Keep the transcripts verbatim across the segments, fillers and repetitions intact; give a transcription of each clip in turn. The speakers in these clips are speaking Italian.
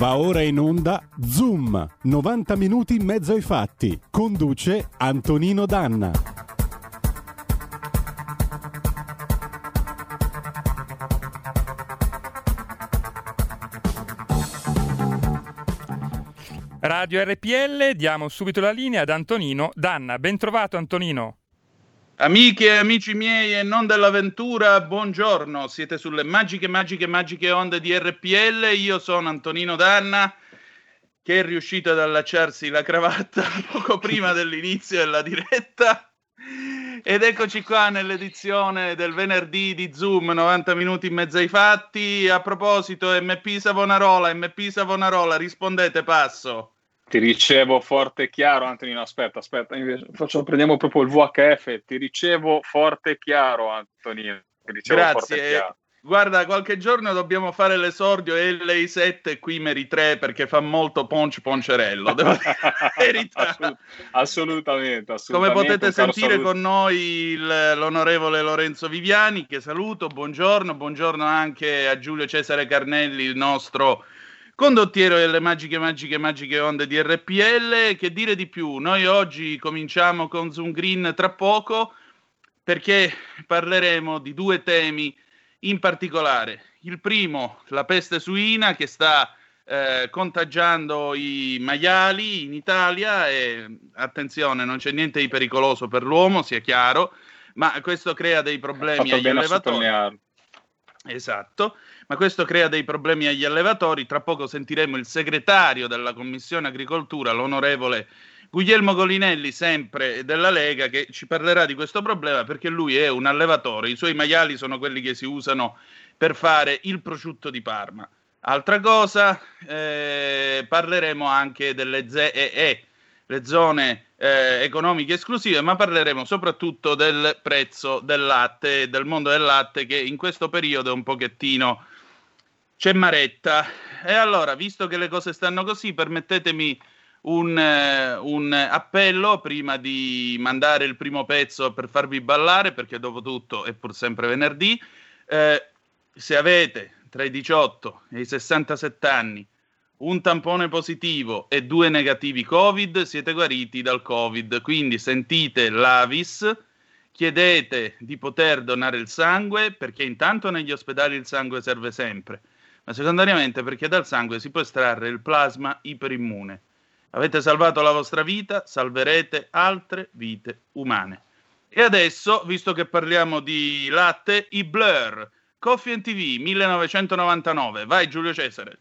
Va ora in onda Zoom, novanta minuti in mezzo ai fatti. Conduce Antonino Danna. Radio R P L, diamo subito la linea ad Antonino Danna. Ben trovato Antonino. Amiche e amici miei e non dell'avventura, buongiorno. Siete sulle magiche, magiche, magiche onde di R P L. Io sono Antonino Danna, che è riuscito ad allacciarsi la cravatta poco prima dell'inizio della diretta. Ed eccoci qua nell'edizione del venerdì di Zoom, novanta minuti in mezzo ai fatti. A proposito, M P Savonarola, M P Savonarola, rispondete, passo. Ti ricevo forte e chiaro, Antonino. Aspetta, aspetta, facciamo, prendiamo proprio il V H F. Ti ricevo forte e chiaro, Antonino. Ti ricevo Grazie. Forte e chiaro. Guarda, qualche giorno dobbiamo fare l'esordio L I sette e qui Meri tre perché fa molto ponce poncerello. Devo dire la verità. Assolut- assolutamente, assolutamente. Come potete sentire saluto. con noi il, l'onorevole Lorenzo Viviani, che saluto. Buongiorno, buongiorno anche a Giulio Cesare Carnelli, il nostro condottiero delle magiche, magiche, magiche onde di R P L. Che dire di più? Noi oggi cominciamo con Zoom Green tra poco perché parleremo di due temi in particolare. Il primo, la peste suina che sta eh, contagiando i maiali in Italia e attenzione, non c'è niente di pericoloso per l'uomo, sia chiaro, ma questo crea dei problemi agli allevatori. Esatto, ma questo crea dei problemi agli allevatori. Tra poco sentiremo il segretario della Commissione Agricoltura, l'onorevole Guglielmo Golinelli, sempre della Lega, che ci parlerà di questo problema perché lui è un allevatore. I suoi maiali sono quelli che si usano per fare il prosciutto di Parma. Altra cosa, eh, parleremo anche delle Z E E, le zone eh, economiche esclusive, ma parleremo soprattutto del prezzo del latte, del mondo del latte, che in questo periodo è un pochettino c'è maretta. E allora, visto che le cose stanno così, permettetemi un, uh, un appello prima di mandare il primo pezzo per farvi ballare, perché dopo tutto è pur sempre venerdì. Eh, se avete tra i diciotto e i sessantasette anni un tampone positivo e due negativi Covid, siete guariti dal Covid. Quindi sentite l'A V I S, chiedete di poter donare il sangue, perché intanto negli ospedali il sangue serve sempre, ma secondariamente perché dal sangue si può estrarre il plasma iperimmune. Avete salvato la vostra vita, salverete altre vite umane. E adesso, visto che parliamo di latte, i Blur, Coffee and T V millenovecentonovantanove. Vai Giulio Cesare.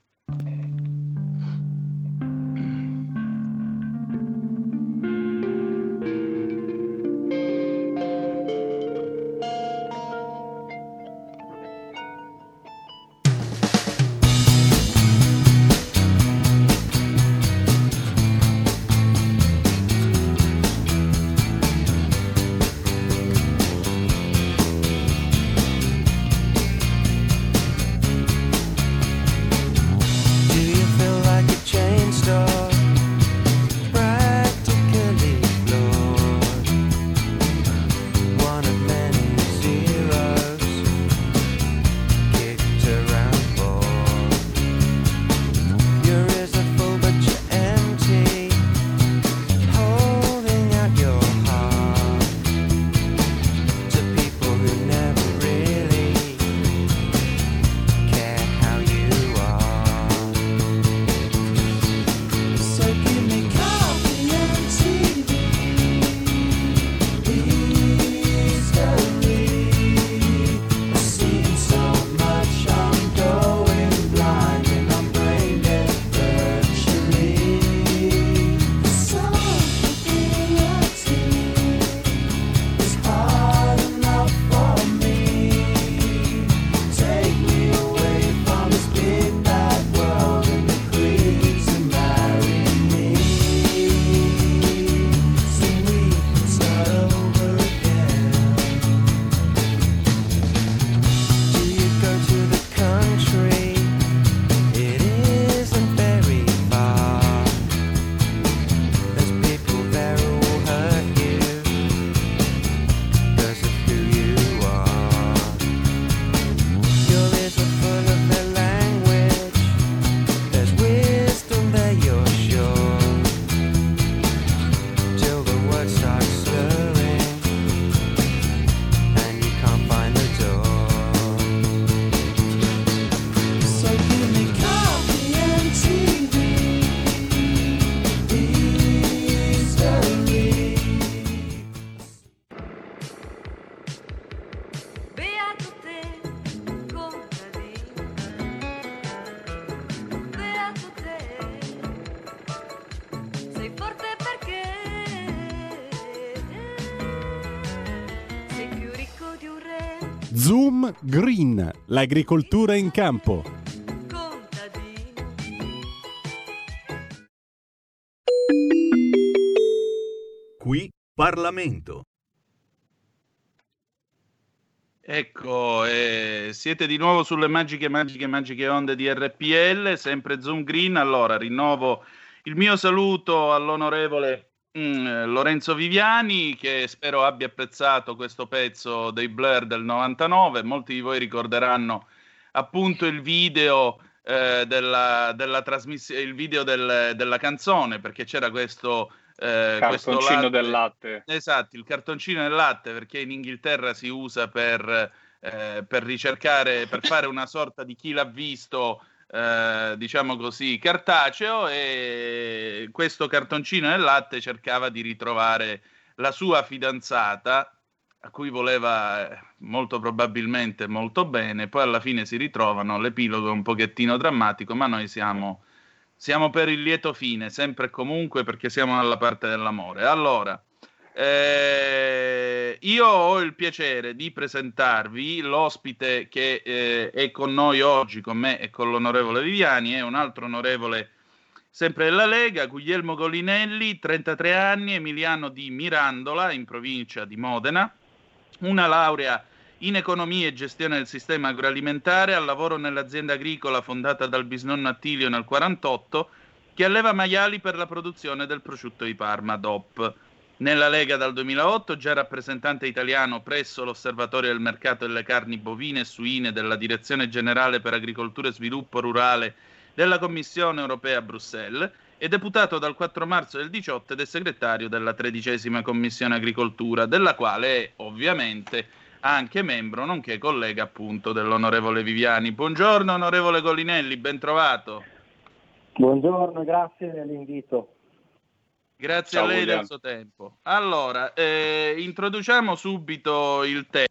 sei forte perché sei più ricco di un re. Zoom Green, l'agricoltura in campo. Qui Parlamento. Ecco, eh, siete di nuovo sulle magiche, magiche, magiche onde di R P L, sempre Zoom Green. Allora, rinnovo il mio saluto all'onorevole mm, Lorenzo Viviani, che spero abbia apprezzato questo pezzo dei Blur del novantanove. Molti di voi ricorderanno appunto il video eh, della, della trasmissione, il video del, della canzone, perché c'era questo... Eh, Cartoncino questo latte, del latte. Esatto, il cartoncino del latte, perché in Inghilterra si usa per, eh, per ricercare, per fare una sorta di chi l'ha visto, eh, diciamo così, cartaceo, e questo cartoncino del latte cercava di ritrovare la sua fidanzata, a cui voleva eh, molto probabilmente molto bene. Poi alla fine si ritrovano, l'epilogo è un pochettino drammatico, ma noi siamo... Siamo per il lieto fine, sempre e comunque, perché siamo dalla parte dell'amore. Allora, eh, io ho il piacere di presentarvi l'ospite che eh, è con noi oggi, con me e con l'onorevole Viviani, è un altro onorevole sempre della Lega, Guglielmo Golinelli, trentatré anni, emiliano di Mirandola, in provincia di Modena, una laurea in economia e gestione del sistema agroalimentare, al lavoro nell'azienda agricola fondata dal bisnonno Attilio nel quarantotto, che alleva maiali per la produzione del prosciutto di Parma, D O P. Nella Lega dal duemilaotto, già rappresentante italiano presso l'Osservatorio del mercato delle carni bovine e suine della Direzione Generale per Agricoltura e Sviluppo Rurale della Commissione Europea a Bruxelles, e deputato dal quattro marzo del diciotto ed è segretario della tredicesima Commissione Agricoltura, della quale è ovviamente anche membro, nonché collega appunto dell'onorevole Viviani. Buongiorno onorevole Golinelli, ben trovato. Buongiorno, grazie dell'invito. Grazie Ciao, a lei William. del suo tempo. Allora, eh, introduciamo subito il tema.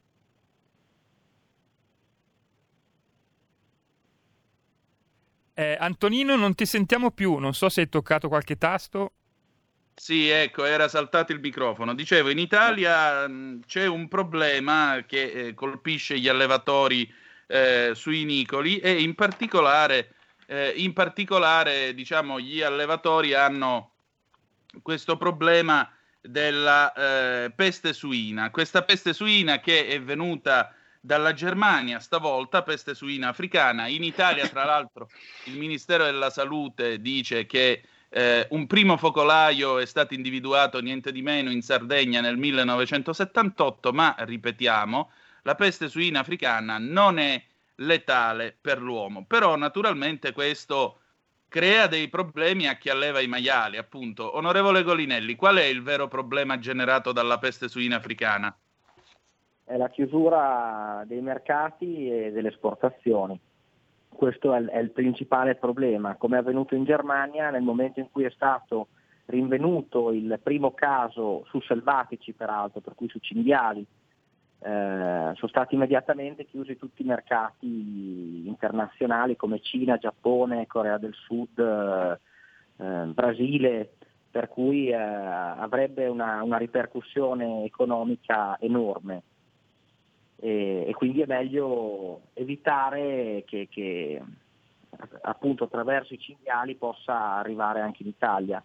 Eh, Antonino, non ti sentiamo più, non so se hai toccato qualche tasto. Sì, ecco, era saltato il microfono. Dicevo, in Italia mh, c'è un problema che eh, colpisce gli allevatori eh, suinicoli, e in particolare, eh, in particolare, diciamo, gli allevatori hanno questo problema della eh, peste suina. Questa peste suina che è venuta dalla Germania, stavolta peste suina africana. In Italia, tra l'altro, il Ministero della Salute dice che Eh, un primo focolaio è stato individuato niente di meno in Sardegna nel millenovecentosettantotto, ma ripetiamo, la peste suina africana non è letale per l'uomo. Però naturalmente questo crea dei problemi a chi alleva i maiali, appunto. Onorevole Golinelli, qual è il vero problema generato dalla peste suina africana? È la chiusura dei mercati e delle esportazioni. Questo è il, è il principale problema, come è avvenuto in Germania nel momento in cui è stato rinvenuto il primo caso su selvatici, peraltro, per cui su cinghiali. Eh, sono stati immediatamente chiusi tutti i mercati internazionali come Cina, Giappone, Corea del Sud, eh, eh, Brasile, per cui eh, avrebbe una, una ripercussione economica enorme. E, e quindi è meglio evitare che, che appunto attraverso i cinghiali possa arrivare anche in Italia.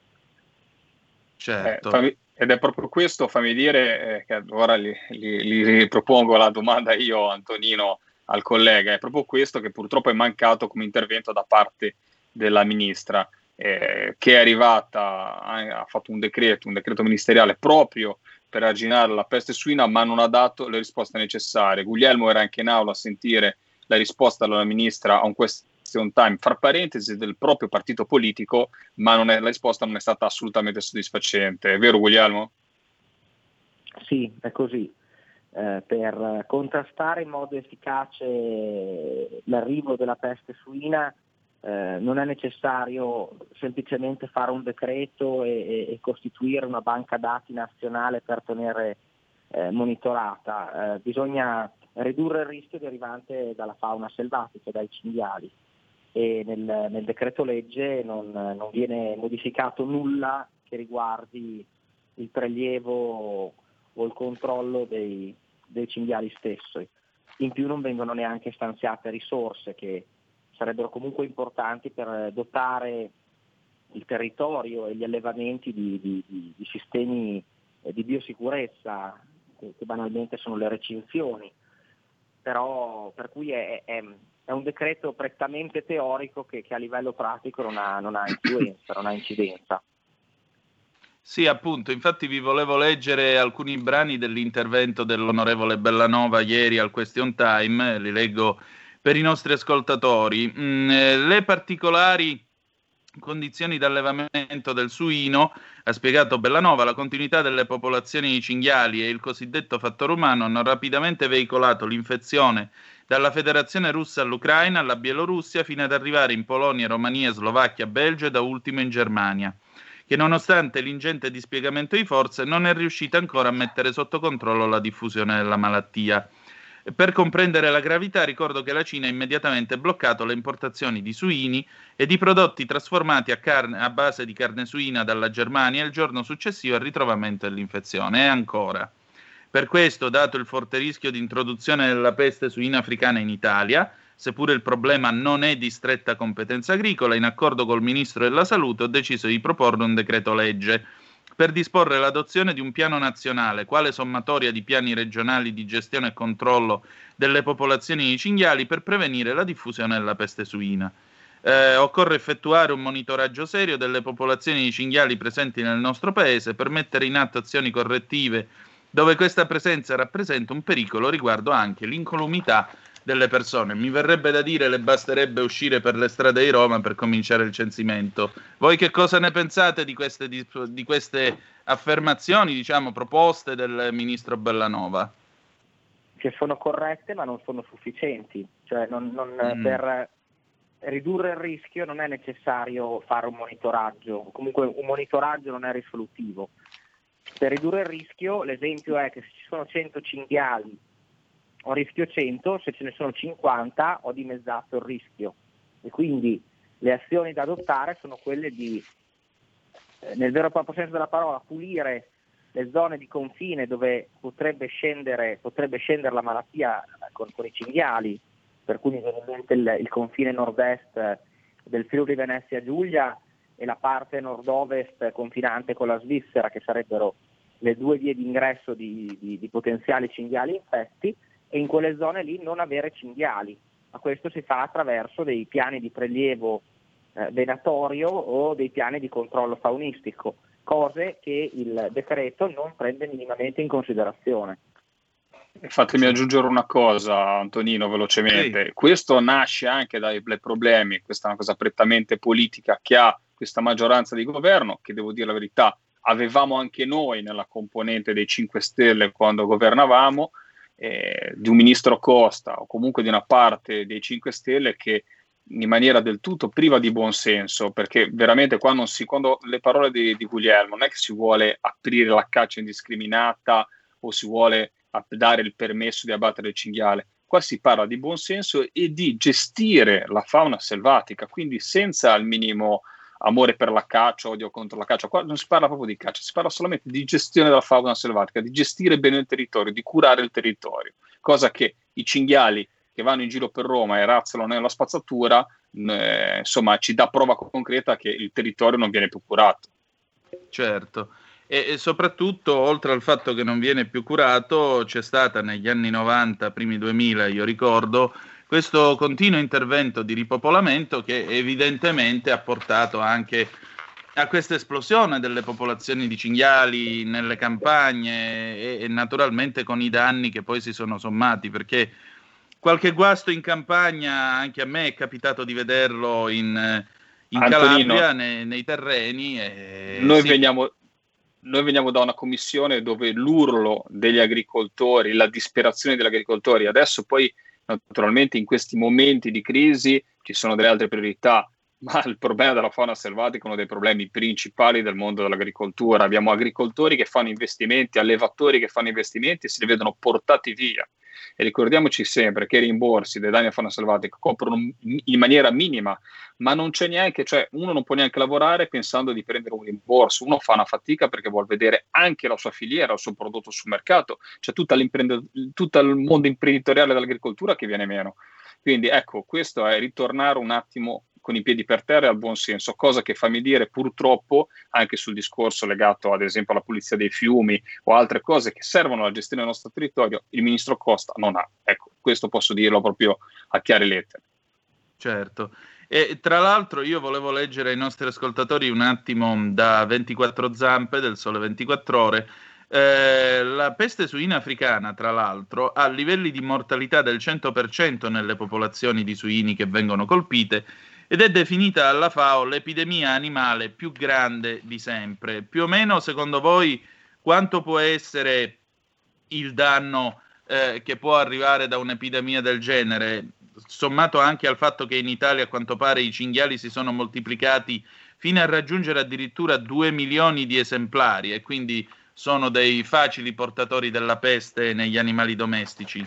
Certo. Eh, fammi, ed è proprio questo, fammi dire, eh, che ora gli, gli, gli propongo la domanda io, Antonino, al collega, è proprio questo che purtroppo è mancato come intervento da parte della ministra, eh, che è arrivata, ha, ha fatto un decreto, un decreto ministeriale proprio per arginare la peste suina, ma non ha dato le risposte necessarie. Guglielmo era anche in aula a sentire la risposta della ministra a un question time, fra parentesi, del proprio partito politico, ma non è, la risposta non è stata assolutamente soddisfacente. È vero, Guglielmo? Sì, è così. Eh, per contrastare in modo efficace l'arrivo della peste suina Eh, non è necessario semplicemente fare un decreto e, e, e costituire una banca dati nazionale per tenere eh, monitorata. Eh, bisogna ridurre il rischio derivante dalla fauna selvatica, dai cinghiali. e nel, nel decreto legge non, non viene modificato nulla che riguardi il prelievo o il controllo dei, dei cinghiali stessi. In più non vengono neanche stanziate risorse che sarebbero comunque importanti per dotare il territorio e gli allevamenti di, di, di, di sistemi di biosicurezza, che, che banalmente sono le recinzioni. Però per cui è, è, è un decreto prettamente teorico che, che a livello pratico non ha, non ha influenza, non ha incidenza. Sì, appunto, infatti vi volevo leggere alcuni brani dell'intervento dell'onorevole Bellanova ieri al Question Time, li leggo per i nostri ascoltatori. Mm, eh, le particolari condizioni d'allevamento del suino, ha spiegato Bellanova, la continuità delle popolazioni di cinghiali e il cosiddetto fattore umano hanno rapidamente veicolato l'infezione dalla Federazione Russa all'Ucraina, alla Bielorussia, fino ad arrivare in Polonia, Romania, Slovacchia, Belgio e da ultimo in Germania, che nonostante l'ingente dispiegamento di forze non è riuscita ancora a mettere sotto controllo la diffusione della malattia. Per comprendere la gravità ricordo che la Cina ha immediatamente bloccato le importazioni di suini e di prodotti trasformati a, carne, a base di carne suina dalla Germania il giorno successivo al ritrovamento dell'infezione. E ancora, per questo, dato il forte rischio di introduzione della peste suina africana in Italia, seppure il problema non è di stretta competenza agricola, in accordo col Ministro della Salute ho deciso di proporre un decreto legge per disporre l'adozione di un piano nazionale, quale sommatoria di piani regionali di gestione e controllo delle popolazioni di cinghiali per prevenire la diffusione della peste suina. Eh, occorre effettuare un monitoraggio serio delle popolazioni di cinghiali presenti nel nostro paese per mettere in atto azioni correttive dove questa presenza rappresenta un pericolo riguardo anche l'incolumità delle persone. Mi verrebbe da dire le basterebbe uscire per le strade di Roma per cominciare il censimento. Voi che cosa ne pensate di queste, di, di queste affermazioni, diciamo, proposte del ministro Bellanova? Che sono corrette ma non sono sufficienti, cioè non, non, mm. per ridurre il rischio non è necessario fare un monitoraggio, comunque un monitoraggio non è risolutivo. Per ridurre il rischio l'esempio è che se ci sono cento cinghiali ho rischio cento, se ce ne sono cinquanta ho dimezzato il rischio, e quindi le azioni da adottare sono quelle di, eh, nel vero e proprio senso della parola, pulire le zone di confine dove potrebbe scendere, potrebbe scendere la malattia con, con i cinghiali, per cui mi viene in mente il, il confine nord-est del Friuli Venezia Giulia e la parte nord-ovest confinante con la Svizzera, che sarebbero le due vie d'ingresso di, di, di potenziali cinghiali infetti, e in quelle zone lì non avere cinghiali. Ma questo si fa attraverso dei piani di prelievo eh, venatorio o dei piani di controllo faunistico, cose che il decreto non prende minimamente in considerazione. Fatemi aggiungere una cosa, Antonino, velocemente. Sì. Questo nasce anche dai problemi, questa è una cosa prettamente politica che ha questa maggioranza di governo, che devo dire la verità, avevamo anche noi nella componente dei cinque Stelle quando governavamo, eh, di un ministro Costa o comunque di una parte dei cinque Stelle che in maniera del tutto priva di buonsenso, perché veramente qua non si, quando le parole di, di Guglielmo non è che si vuole aprire la caccia indiscriminata o si vuole dare il permesso di abbattere il cinghiale, qua si parla di buonsenso e di gestire la fauna selvatica, quindi senza il minimo amore per la caccia, odio contro la caccia. Qua non si parla proprio di caccia, si parla solamente di gestione della fauna selvatica, di gestire bene il territorio, di curare il territorio, cosa che i cinghiali che vanno in giro per Roma e razzolano nella spazzatura, eh, insomma, ci dà prova concreta che il territorio non viene più curato. Certo, e, e soprattutto, oltre al fatto che non viene più curato, c'è stata negli anni novanta, primi duemila, io ricordo, questo continuo intervento di ripopolamento che evidentemente ha portato anche a questa esplosione delle popolazioni di cinghiali nelle campagne e, e naturalmente con i danni che poi si sono sommati, perché qualche guasto in campagna anche a me è capitato di vederlo in, in Calabria, nei, nei terreni. E noi, sì. veniamo, noi veniamo da una commissione dove l'urlo degli agricoltori, la disperazione degli agricoltori, adesso poi naturalmente in questi momenti di crisi ci sono delle altre priorità, ma il problema della fauna selvatica è uno dei problemi principali del mondo dell'agricoltura. Abbiamo agricoltori che fanno investimenti, allevatori che fanno investimenti e si li vedono portati via. E ricordiamoci sempre che i rimborsi dei danni a fauna selvatica coprono in maniera minima, ma non c'è neanche, cioè uno non può neanche lavorare pensando di prendere un rimborso, uno fa una fatica perché vuol vedere anche la sua filiera, il suo prodotto sul mercato, c'è tutta tutto il mondo imprenditoriale dell'agricoltura che viene meno. Quindi ecco, questo è ritornare un attimo con i piedi per terra e al buon senso, cosa che fammi dire purtroppo anche sul discorso legato ad esempio alla pulizia dei fiumi o altre cose che servono alla gestione del nostro territorio, il ministro Costa non ha. Ecco, questo posso dirlo proprio a chiare lettere. Certo. E tra l'altro io volevo leggere ai nostri ascoltatori un attimo da ventiquattro zampe del Sole ventiquattro Ore. Eh, la peste suina africana, tra l'altro, ha livelli di mortalità del cento per cento nelle popolazioni di suini che vengono colpite ed è definita dalla FAO l'epidemia animale più grande di sempre. Più o meno, secondo voi, quanto può essere il danno eh, che può arrivare da un'epidemia del genere, sommato anche al fatto che in Italia a quanto pare i cinghiali si sono moltiplicati fino a raggiungere addirittura due milioni di esemplari e quindi sono dei facili portatori della peste negli animali domestici?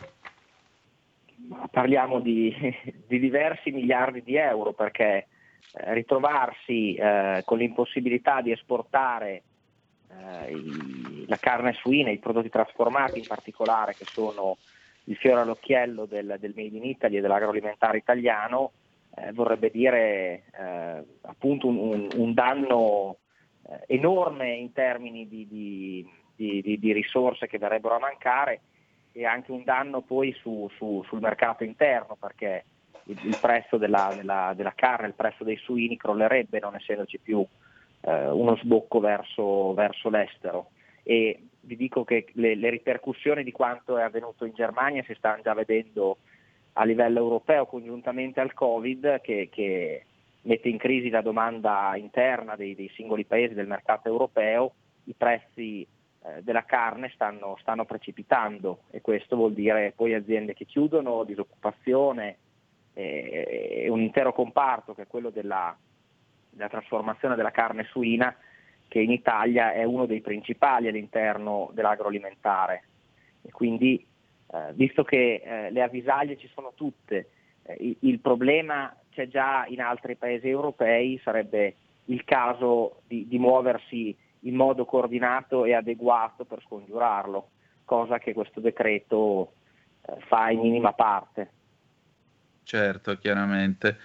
Parliamo di, di diversi miliardi di euro, perché eh, ritrovarsi eh, con l'impossibilità di esportare eh, i, la carne suina, i prodotti trasformati in particolare, che sono il fiore all'occhiello del, del Made in Italy e dell'agroalimentare italiano, eh, vorrebbe dire eh, appunto un, un, un danno eh, enorme in termini di, di, di, di, di risorse che verrebbero a mancare, e anche un danno poi su, su, sul mercato interno, perché il, il prezzo della, della, della carne, il prezzo dei suini crollerebbe, non essendoci più eh, uno sbocco verso, verso l'estero. E vi dico che le, le ripercussioni di quanto è avvenuto in Germania si stanno già vedendo a livello europeo congiuntamente al Covid, che, che mette in crisi la domanda interna dei, dei singoli paesi del mercato europeo. I prezzi della carne stanno, stanno precipitando, e questo vuol dire poi aziende che chiudono, disoccupazione e, e un intero comparto che è quello della, della trasformazione della carne suina, che in Italia è uno dei principali all'interno dell'agroalimentare. E quindi eh, visto che eh, le avvisaglie ci sono tutte, eh, il, il problema c'è già in altri paesi europei, sarebbe il caso di, di muoversi in modo coordinato e adeguato per scongiurarlo, cosa che questo decreto eh, fa in minima parte. Certo, chiaramente.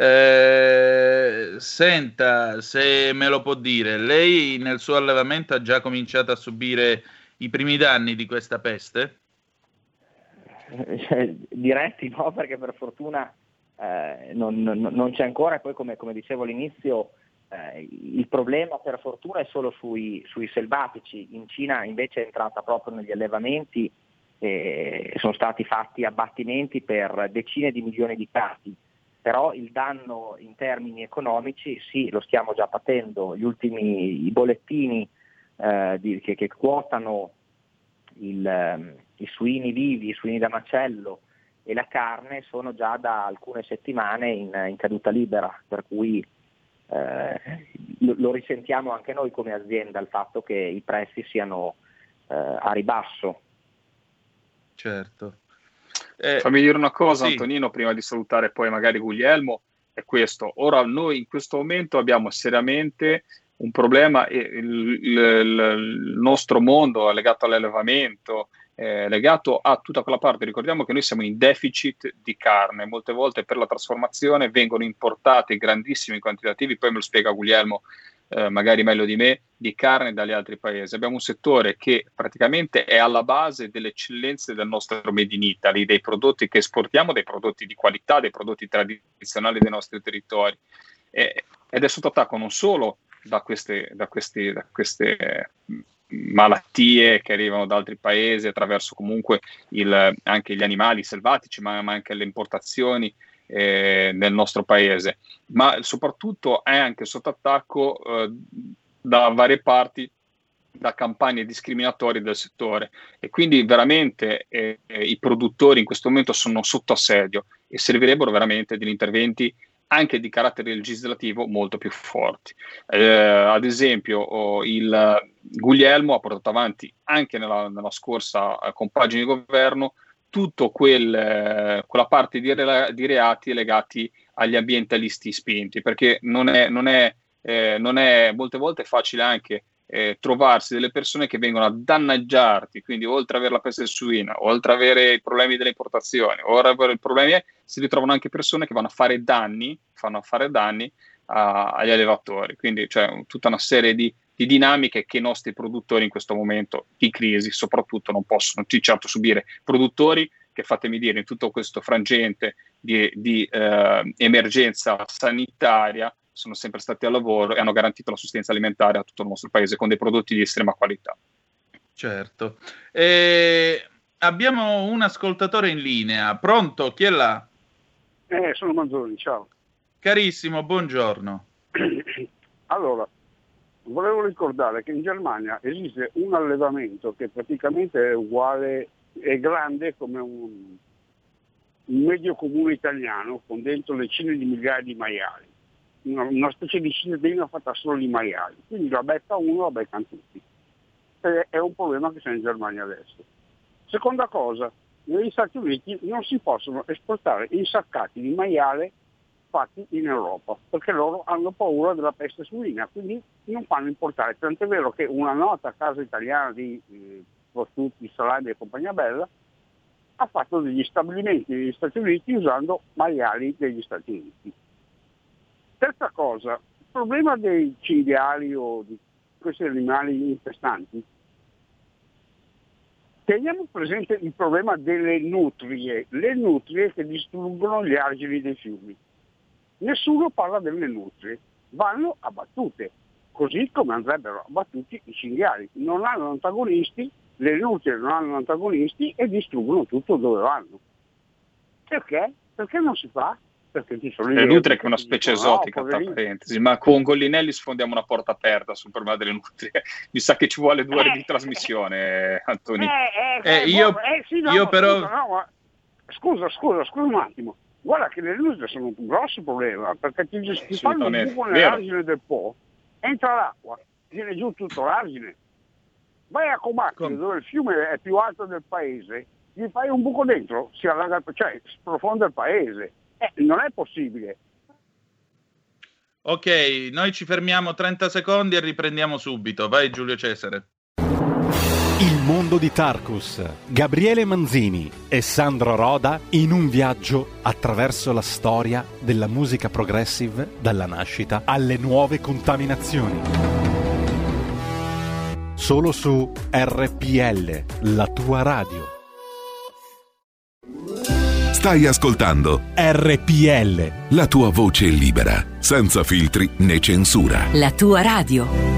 Eh, senta, se me lo può dire, lei nel suo allevamento ha già cominciato a subire i primi danni di questa peste? Eh, diretti no, perché per fortuna eh, non, non, non c'è ancora, e poi come, come dicevo all'inizio, Eh, il problema per fortuna è solo sui, sui selvatici. In Cina invece è entrata proprio negli allevamenti e sono stati fatti abbattimenti per decine di milioni di casi, però il danno in termini economici sì, lo stiamo già patendo. Gli ultimi i bollettini eh, di, che, che quotano il, eh, i suini vivi, i suini da macello e la carne sono già da alcune settimane in, in caduta libera, per cui Eh, lo, lo risentiamo anche noi come azienda, il fatto che i prezzi siano eh, a ribasso. Certo. Eh, Fammi dire una cosa, sì. Antonino, prima di salutare poi magari Guglielmo, è questo. Ora noi in questo momento abbiamo seriamente un problema, e il, il, il nostro mondo è legato all'allevamento, eh, legato a tutta quella parte. Ricordiamo che noi siamo in deficit di carne, molte volte per la trasformazione vengono importate grandissimi quantitativi, poi me lo spiega Guglielmo eh, magari meglio di me, di carne dagli altri paesi. Abbiamo un settore che praticamente è alla base delle eccellenze del nostro Made in Italy, dei prodotti che esportiamo, dei prodotti di qualità, dei prodotti tradizionali dei nostri territori, eh, ed è sotto attacco non solo da queste, da questi, da queste eh, malattie che arrivano da altri paesi attraverso comunque il, anche gli animali selvatici, ma, ma anche le importazioni eh, nel nostro paese, ma soprattutto è anche sotto attacco eh, da varie parti, da campagne discriminatorie del settore, e quindi veramente eh, i produttori in questo momento sono sotto assedio e servirebbero veramente degli interventi anche di carattere legislativo molto più forti. Eh, ad esempio, oh, il Guglielmo ha portato avanti anche nella, nella scorsa eh, compagine di governo tutto quel, eh, quella parte di, re, di reati legati agli ambientalisti spinti, perché non è, non è, eh, non è molte volte è facile anche eh, trovarsi delle persone che vengono a danneggiarti, quindi oltre ad avere la peste suina, oltre ad avere i problemi delle importazioni, oltre ad avere i problemi, si ritrovano anche persone che vanno a fare danni, fanno a fare danni a, agli allevatori, quindi c'è cioè, tutta una serie di, di dinamiche che i nostri produttori in questo momento di crisi soprattutto non possono di certo subire, produttori che fatemi dire in tutto questo frangente di, di eh, emergenza sanitaria sono sempre stati al lavoro e hanno garantito la sussistenza alimentare a tutto il nostro paese con dei prodotti di estrema qualità. Certo. Eh, abbiamo un ascoltatore in linea. Pronto? Chi è là? Eh, sono Manzoni, ciao. Carissimo, buongiorno. Allora, volevo ricordare che in Germania esiste un allevamento che praticamente è uguale, è grande come un, un medio comune italiano con dentro decine di migliaia di maiali. Una, una specie di cittadina fatta solo di maiali, quindi la becca uno, la beccano tutti. E è un problema che c'è in Germania adesso. Seconda cosa, negli Stati Uniti non si possono esportare insaccati di maiale fatti in Europa, perché loro hanno paura della peste suina, quindi non fanno importare. Tant'è vero che una nota casa italiana di eh, prosciutti, salami e compagnia bella ha fatto degli stabilimenti negli Stati Uniti usando maiali degli Stati Uniti. Terza cosa, il problema dei cinghiali o di questi animali infestanti, teniamo presente il problema delle nutrie, le nutrie che distruggono gli argini dei fiumi. Nessuno parla delle nutrie, vanno abbattute, così come andrebbero abbattuti i cinghiali. Non hanno antagonisti, le nutrie non hanno antagonisti e distruggono tutto dove vanno. Perché? Perché non si fa? Perché ci sono le nutrie che è una specie dicono, esotica, no, tra parentesi, ma con Gollinelli sfondiamo una porta aperta sul problema delle nutrie. Mi sa che ci vuole due ore eh, di trasmissione, Antonio. Eh, eh, Eh, eh, io, eh, sì, no, io però... Scusa, no, ma... scusa, scusa, scusa un attimo. Guarda che le nutrie sono un grosso problema, perché ti, ti fanno un buco nell'argine del Po, entra l'acqua, viene giù tutto l'argine. Vai a Comacchio, Com- dove il fiume è più alto del paese, gli fai un buco dentro, si allaga, cioè sprofonda il paese. Eh, non è possibile. Ok, noi ci fermiamo trenta secondi e riprendiamo subito. Vai Giulio Cesare. Il mondo di Tarkus, Gabriele Manzini e Sandro Roda in un viaggio attraverso la storia della musica progressive dalla nascita alle nuove contaminazioni. Solo su R P L, la tua radio. Stai ascoltando R P L, la tua voce libera, senza filtri né censura. La tua radio.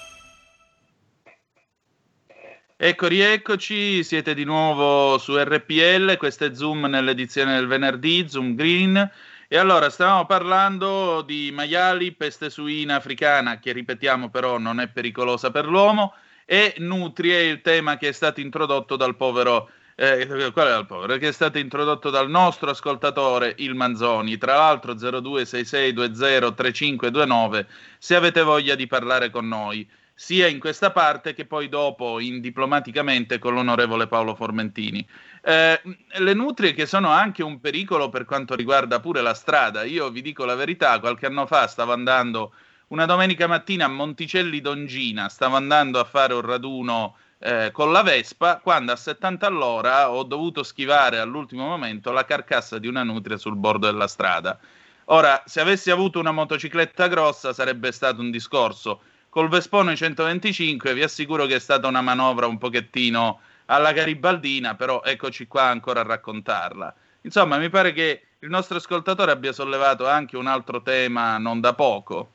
Ecco, rieccoci, siete di nuovo su R P L, questo è Zoom nell'edizione del venerdì, Zoom Green, e allora stavamo parlando di maiali, peste suina africana, che ripetiamo però non è pericolosa per l'uomo, e nutrie, il tema che è stato introdotto dal povero, eh, qual è il povero? Che è stato introdotto dal nostro ascoltatore, il Manzoni, tra l'altro zero due sei sei due zero tre cinque due nove, se avete voglia di parlare con noi, sia in questa parte che poi dopo in diplomaticamente con l'onorevole Paolo Formentini. Eh, le nutrie che sono anche un pericolo per quanto riguarda pure la strada. Io vi dico la verità, qualche anno fa stavo andando una domenica mattina a Monticelli d'Ongina, stavo andando a fare un raduno eh, con la Vespa, quando a settanta all'ora ho dovuto schivare all'ultimo momento la carcassa di una nutria sul bordo della strada. Ora, se avessi avuto una motocicletta grossa sarebbe stato un discorso. Col Vespone centoventicinque vi assicuro che è stata una manovra un pochettino alla garibaldina, però eccoci qua ancora a raccontarla. Insomma, mi pare che il nostro ascoltatore abbia sollevato anche un altro tema non da poco.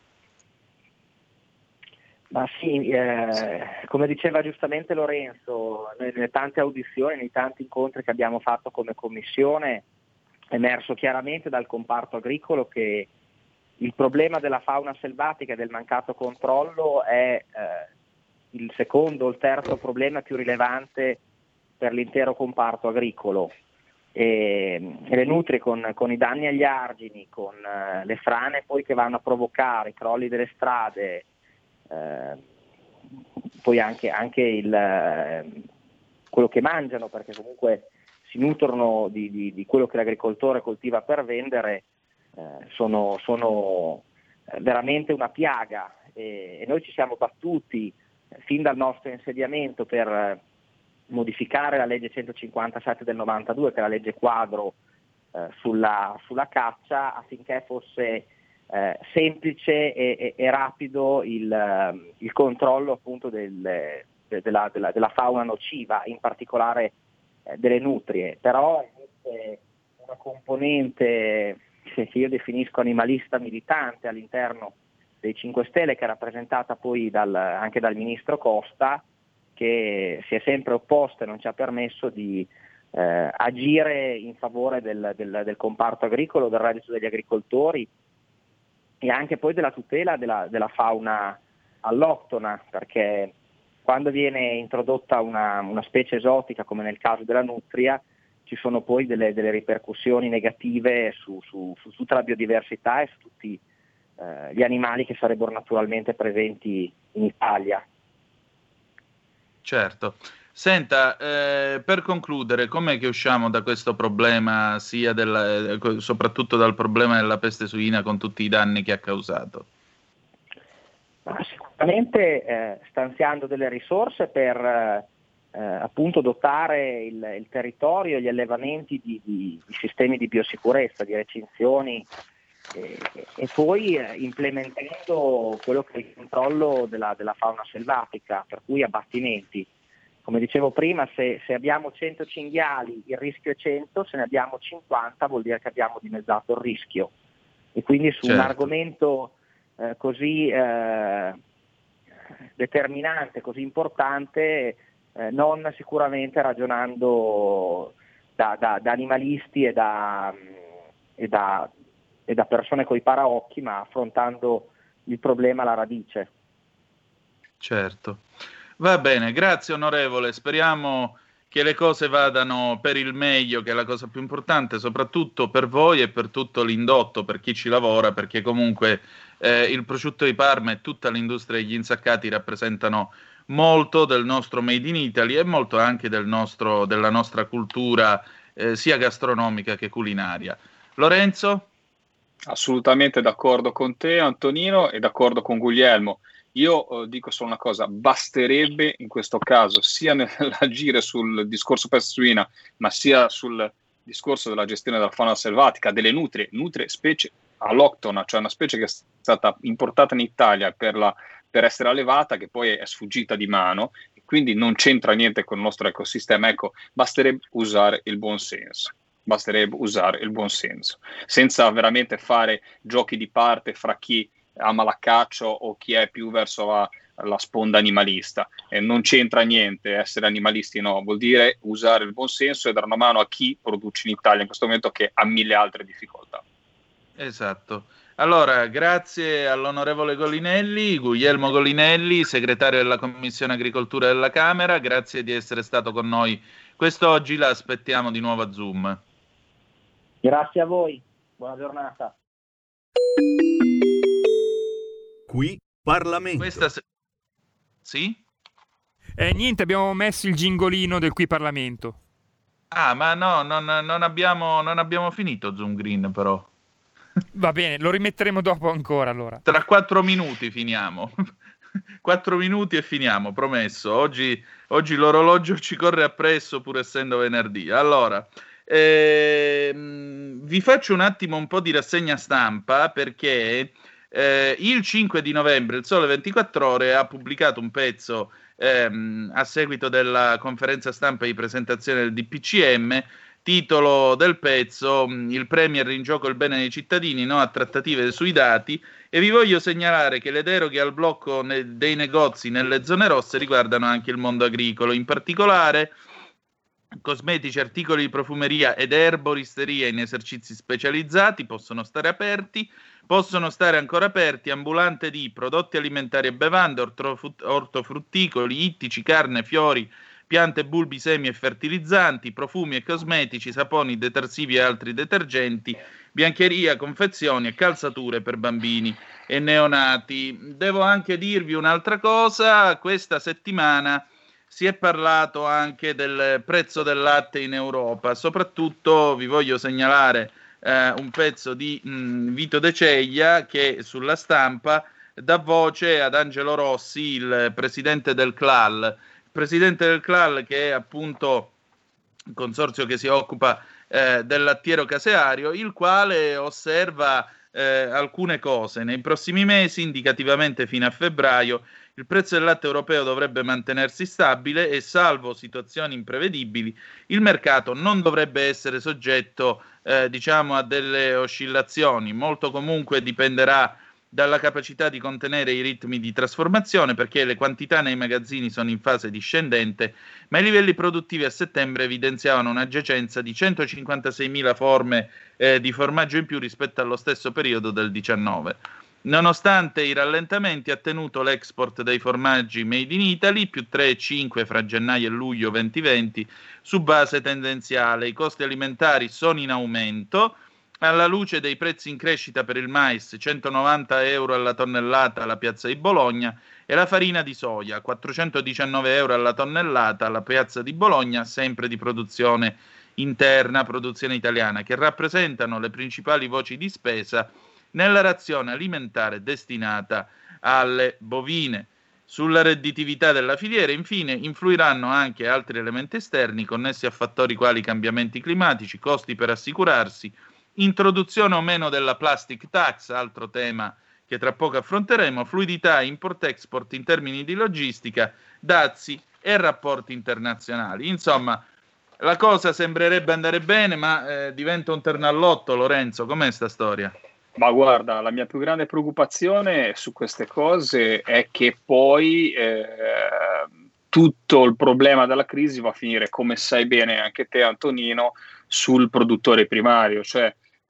Ma sì, eh, come diceva giustamente Lorenzo, nelle tante audizioni, nei tanti incontri che abbiamo fatto come commissione, è emerso chiaramente dal comparto agricolo che il problema della fauna selvatica e del mancato controllo è eh, il secondo o il terzo problema più rilevante per l'intero comparto agricolo. e, e le nutrie con, con i danni agli argini, con eh, le frane poi che vanno a provocare i crolli delle strade, eh, poi anche, anche il, eh, quello che mangiano, perché comunque si nutrono di, di, di quello che l'agricoltore coltiva per vendere, eh, sono, sono veramente una piaga, e, e noi ci siamo battuti eh, fin dal nostro insediamento per eh, modificare la legge centocinquantasette del novantadue, che è la legge quadro eh, sulla, sulla caccia, affinché fosse eh, semplice e, e, e rapido il, il controllo appunto del, de, della, della, della fauna nociva, in particolare eh, delle nutrie. Però esiste una componente che io definisco animalista militante all'interno dei cinque Stelle, che è rappresentata poi dal, anche dal ministro Costa, che si è sempre opposto e non ci ha permesso di eh, agire in favore del, del, del comparto agricolo, del reddito degli agricoltori e anche poi della tutela della, della fauna alloctona, perché quando viene introdotta una, una specie esotica, come nel caso della nutria, ci sono poi delle, delle ripercussioni negative su, su, su tutta la biodiversità e su tutti eh, gli animali che sarebbero naturalmente presenti in Italia. Certo. Senta, eh, per concludere, com'è che usciamo da questo problema, sia della, soprattutto dal problema della peste suina con tutti i danni che ha causato? Ma sicuramente eh, stanziando delle risorse per eh, appunto dotare il, il territorio e gli allevamenti di, di, di sistemi di biosicurezza, di recinzioni, e, e poi eh, implementando quello che è il controllo della, della fauna selvatica, per cui abbattimenti. Come dicevo prima, se, se abbiamo cento cinghiali il rischio è cento, se ne abbiamo cinquanta vuol dire che abbiamo dimezzato il rischio. E quindi su certo. un argomento eh, così eh, determinante, così importante, eh, non sicuramente ragionando da, da, da animalisti e da, e da, e da persone coi paraocchi, ma affrontando il problema alla radice. Certo. Va bene, grazie onorevole, speriamo che le cose vadano per il meglio, che è la cosa più importante, soprattutto per voi e per tutto l'indotto, per chi ci lavora, perché comunque eh, il prosciutto di Parma e tutta l'industria degli insaccati rappresentano molto del nostro Made in Italy e molto anche del nostro, della nostra cultura eh, sia gastronomica che culinaria. Lorenzo? Assolutamente d'accordo con te, Antonino, e d'accordo con Guglielmo. Io eh, dico solo una cosa: basterebbe in questo caso, sia nell'agire sul discorso peste suina, ma sia sul discorso della gestione della fauna selvatica, delle nutrie, nutrie specie alloctona, cioè una specie che è stata importata in Italia per, la, per essere allevata, che poi è sfuggita di mano, e quindi non c'entra niente con il nostro ecosistema. Ecco, basterebbe usare il buon senso. Basterebbe usare il buon senso, senza veramente fare giochi di parte fra chi ama la caccia o chi è più verso la, la sponda animalista. E non c'entra niente essere animalisti, no, vuol dire usare il buon senso e dare una mano a chi produce in Italia in questo momento, che ha mille altre difficoltà. Esatto. Allora, grazie all'onorevole Golinelli, Guglielmo Golinelli, segretario della Commissione Agricoltura della Camera, grazie di essere stato con noi quest'oggi, la aspettiamo di nuovo a Zoom. Grazie a voi, buona giornata. Qui Parlamento. Questa se... Sì? Eh, niente, abbiamo messo il gingolino del Qui Parlamento. Ah, ma no, non, non, abbiamo, non abbiamo finito Zoom Green però. Va bene, lo rimetteremo dopo ancora allora. Tra quattro minuti finiamo. Quattro minuti e finiamo, promesso. Oggi, oggi l'orologio ci corre appresso pur essendo venerdì. Allora, ehm, vi faccio un attimo un po' di rassegna stampa perché... Eh, il cinque di novembre il Sole ventiquattro Ore ha pubblicato un pezzo ehm, a seguito della conferenza stampa di presentazione del D P C M, titolo del pezzo: il Premier in gioco il bene dei cittadini, no a trattative sui dati, e vi voglio segnalare che le deroghe al blocco ne- dei negozi nelle zone rosse riguardano anche il mondo agricolo, in particolare cosmetici, articoli di profumeria ed erboristeria in esercizi specializzati possono stare aperti. Possono stare ancora aperti ambulante di prodotti alimentari e bevande, ortofrutticoli, ittici, carne, fiori, piante, bulbi, semi e fertilizzanti, profumi e cosmetici, saponi, detersivi e altri detergenti, biancheria, confezioni e calzature per bambini e neonati. Devo anche dirvi un'altra cosa: questa settimana si è parlato anche del prezzo del latte in Europa. Soprattutto vi voglio segnalare eh, un pezzo di mh, Vito De Ceglia, che sulla Stampa dà voce ad Angelo Rossi, il presidente del C L A L. Il presidente del C L A L, che è appunto il consorzio che si occupa eh, del lattiero caseario, il quale osserva eh, alcune cose. Nei prossimi mesi, indicativamente fino a febbraio, il prezzo del latte europeo dovrebbe mantenersi stabile e, salvo situazioni imprevedibili, il mercato non dovrebbe essere soggetto eh, diciamo a delle oscillazioni. Molto comunque dipenderà dalla capacità di contenere i ritmi di trasformazione, perché le quantità nei magazzini sono in fase discendente, ma i livelli produttivi a settembre evidenziavano una giacenza di centocinquantaseimila forme eh, di formaggio in più rispetto allo stesso periodo del diciannove. Nonostante i rallentamenti, ha tenuto l'export dei formaggi made in Italy, più tre virgola cinque fra gennaio e luglio duemilaventi, su base tendenziale. I costi alimentari sono in aumento, alla luce dei prezzi in crescita per il mais, centonovanta euro alla tonnellata alla piazza di Bologna, e la farina di soia, quattrocentodiciannove euro alla tonnellata alla piazza di Bologna, sempre di produzione interna, produzione italiana, che rappresentano le principali voci di spesa nella razione alimentare destinata alle bovine. Sulla redditività della filiera, infine, influiranno anche altri elementi esterni connessi a fattori quali cambiamenti climatici, costi per assicurarsi, introduzione o meno della plastic tax, altro tema che tra poco affronteremo, fluidità import-export in termini di logistica, dazi e rapporti internazionali. Insomma, la cosa sembrerebbe andare bene, ma eh, diventa un ternallotto. Lorenzo, com'è sta storia? Ma guarda, la mia più grande preoccupazione su queste cose è che poi eh, tutto il problema della crisi va a finire, come sai bene anche te Antonino, sul produttore primario, cioè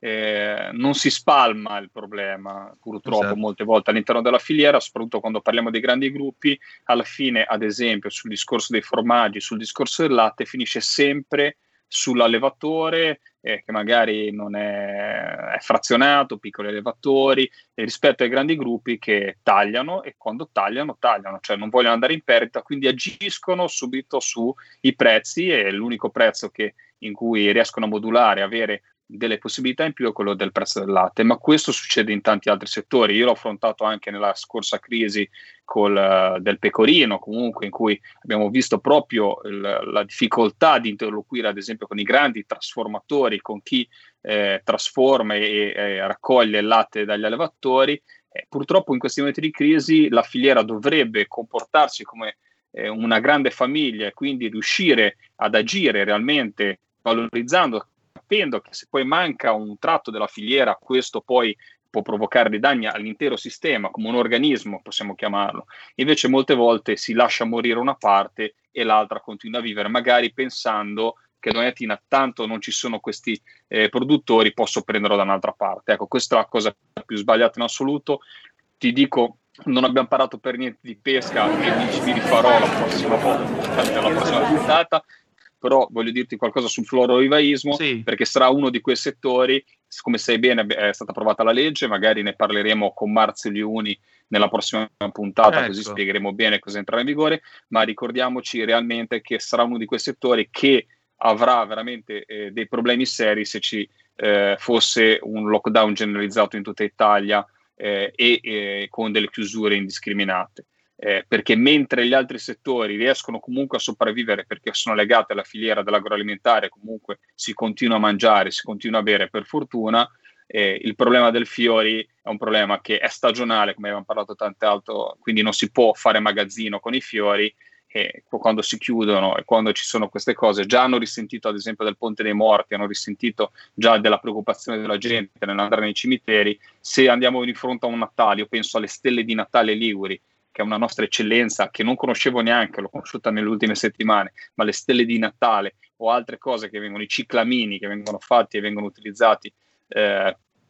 eh, non si spalma il problema purtroppo esatto. Molte volte all'interno della filiera, soprattutto quando parliamo dei grandi gruppi. Alla fine, ad esempio, sul discorso dei formaggi, sul discorso del latte, finisce sempre sull'allevatore eh, che magari non è, è frazionato, piccoli allevatori, e rispetto ai grandi gruppi che tagliano, e quando tagliano, tagliano, cioè non vogliono andare in perdita, quindi agiscono subito sui prezzi, e l'unico prezzo che, in cui riescono a modulare, avere delle possibilità in più è quello del prezzo del latte. Ma questo succede in tanti altri settori. Io l'ho affrontato anche nella scorsa crisi col, uh, del pecorino, comunque, in cui abbiamo visto proprio il, la difficoltà di interloquire ad esempio con i grandi trasformatori, con chi eh, trasforma e, e raccoglie il latte dagli allevatori. Eh, purtroppo in questi momenti di crisi la filiera dovrebbe comportarsi come eh, una grande famiglia, e quindi riuscire ad agire realmente valorizzando, capendo che se poi manca un tratto della filiera, questo poi può provocare dei danni all'intero sistema, come un organismo possiamo chiamarlo. Invece molte volte si lascia morire una parte e l'altra continua a vivere, magari pensando che domattina tanto non ci sono questi eh, produttori, posso prenderlo da un'altra parte. Ecco, questa è la cosa più sbagliata in assoluto. Ti dico, non abbiamo parlato per niente di pesca, e vi rifarò la prossima volta, nella prossima puntata. Però voglio dirti qualcosa sul florovivaismo, sì. Perché sarà uno di quei settori, come sai bene è stata approvata la legge, magari ne parleremo con Marzio Liuni nella prossima puntata, ecco. Così spiegheremo bene cosa entrerà in vigore, ma ricordiamoci realmente che sarà uno di quei settori che avrà veramente eh, dei problemi seri se ci eh, fosse un lockdown generalizzato in tutta Italia eh, e eh, con delle chiusure indiscriminate. Eh, perché mentre gli altri settori riescono comunque a sopravvivere perché sono legati alla filiera dell'agroalimentare, comunque si continua a mangiare, si continua a bere per fortuna, eh, il problema del fiori è un problema che è stagionale, come abbiamo parlato tante altre, quindi non si può fare magazzino con i fiori, e quando si chiudono e quando ci sono queste cose, già hanno risentito ad esempio del Ponte dei Morti, hanno risentito già della preoccupazione della gente nell'andare nei cimiteri. Se andiamo di fronte a un Natale, io penso alle stelle di Natale liguri, che è una nostra eccellenza che non conoscevo neanche, l'ho conosciuta nelle ultime settimane, ma le stelle di Natale o altre cose che vengono, i ciclamini che vengono fatti e vengono utilizzati eh,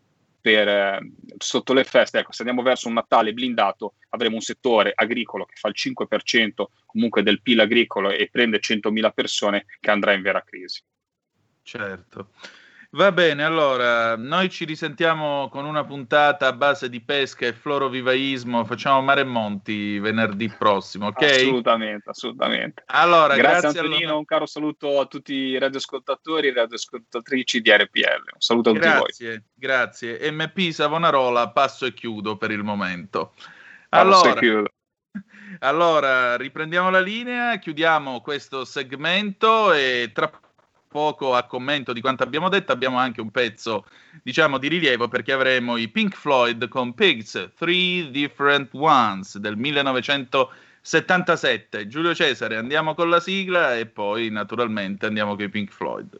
per, eh, sotto le feste. Ecco, se andiamo verso un Natale blindato, avremo un settore agricolo che fa il cinque per cento comunque del P I L agricolo e prende centomila persone, che andrà in vera crisi. Certo. Va bene, allora, noi ci risentiamo con una puntata a base di pesca e florovivaismo, facciamo Mare e Monti venerdì prossimo, ok? Assolutamente, assolutamente. Allora, grazie, grazie Antonino, allora. Un caro saluto a tutti i radioascoltatori e radioascoltatrici di R P L. Un saluto a tutti Grazie, voi. grazie. M P Savonarola, passo e chiudo per il momento. Passo Allora, e chiudo. allora, riprendiamo la linea, chiudiamo questo segmento e tra poco, a commento di quanto abbiamo detto, abbiamo anche un pezzo, diciamo, di rilievo, perché avremo i Pink Floyd con Pigs, Three Different Ones del millenovecentosettantasette. Giulio Cesare, andiamo con la sigla e poi naturalmente andiamo con i Pink Floyd.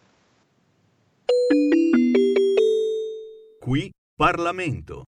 Qui Parlamento.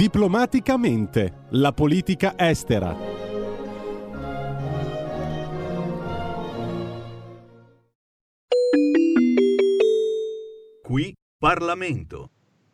Diplomaticamente, la politica estera. Qui Parlamento.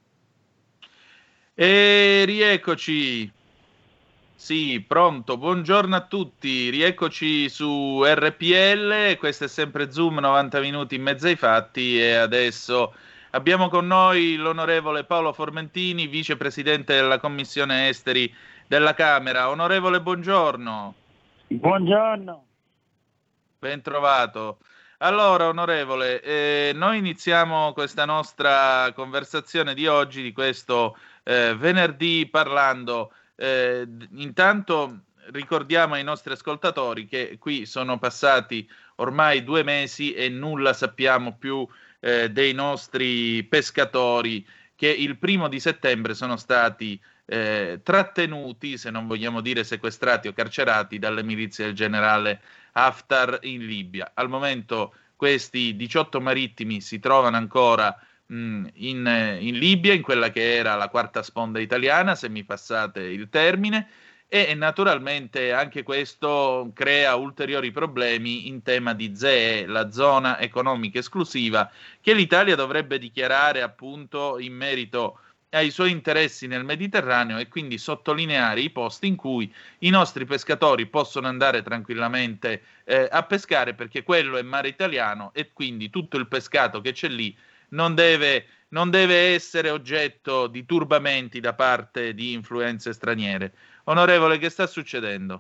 E rieccoci. Sì, pronto, buongiorno a tutti, rieccoci su R P L, questo è sempre Zoom, novanta minuti in mezzo ai fatti e adesso abbiamo con noi l'onorevole Paolo Formentini, vicepresidente della Commissione Esteri della Camera. Onorevole, buongiorno. Buongiorno. Ben trovato. Allora, onorevole, eh, noi iniziamo questa nostra conversazione di oggi, di questo eh, venerdì, parlando... Eh, intanto ricordiamo ai nostri ascoltatori che qui sono passati ormai due mesi e nulla sappiamo più eh, dei nostri pescatori che il primo di settembre sono stati eh, trattenuti, se non vogliamo dire sequestrati o carcerati, dalle milizie del generale Haftar in Libia. Al momento questi diciotto marittimi si trovano ancora In, in Libia, in quella che era la quarta sponda italiana, se mi passate il termine, e naturalmente anche questo crea ulteriori problemi in tema di Z E E, la zona economica esclusiva, che l'Italia dovrebbe dichiarare appunto in merito ai suoi interessi nel Mediterraneo e quindi sottolineare i posti in cui i nostri pescatori possono andare tranquillamente eh, a pescare, perché quello è mare italiano e quindi tutto il pescato che c'è lì non deve, non deve essere oggetto di turbamenti da parte di influenze straniere. Onorevole, che sta succedendo?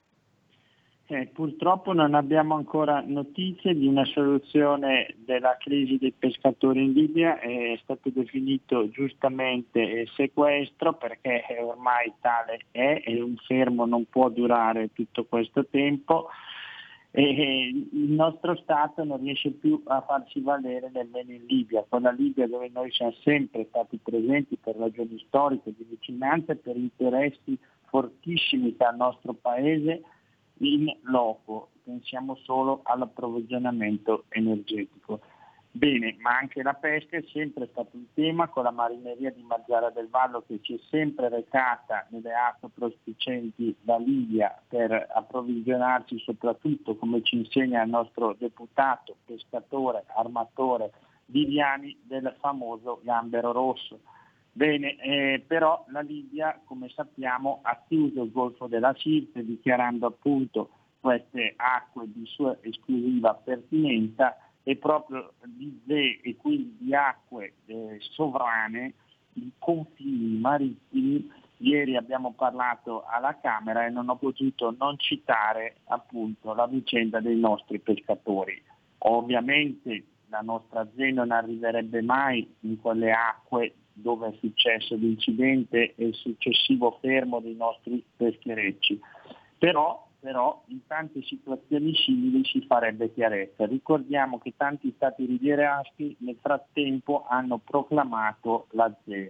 Eh, purtroppo non abbiamo ancora notizie di una soluzione della crisi dei pescatori in Libia, è stato definito giustamente sequestro perché ormai tale è e un fermo non può durare tutto questo tempo. E il nostro Stato non riesce più a farsi valere nemmeno in Libia, con la Libia dove noi siamo sempre stati presenti per ragioni storiche di vicinanza e per interessi fortissimi tra il nostro paese in loco, pensiamo solo all'approvvigionamento energetico. Bene, ma anche la pesca è sempre stato un tema, con la marineria di Mazara del Vallo che si è sempre recata nelle acque prospicienti da Libia per approvvigionarsi, soprattutto, come ci insegna il nostro deputato, pescatore, armatore Viviani, del famoso gambero rosso. Bene, eh, però la Libia, come sappiamo, ha chiuso il Golfo della Sirte, dichiarando appunto queste acque di sua esclusiva pertinenza, e proprio di Z E E e quindi di acque eh, sovrane, di confini marittimi. Ieri abbiamo parlato alla Camera e non ho potuto non citare appunto la vicenda dei nostri pescatori. Ovviamente la nostra Z E non arriverebbe mai in quelle acque dove è successo l'incidente e il successivo fermo dei nostri pescherecci, però però in tante situazioni simili si farebbe chiarezza. Ricordiamo che tanti stati rivieraschi nel frattempo hanno proclamato la Z E E.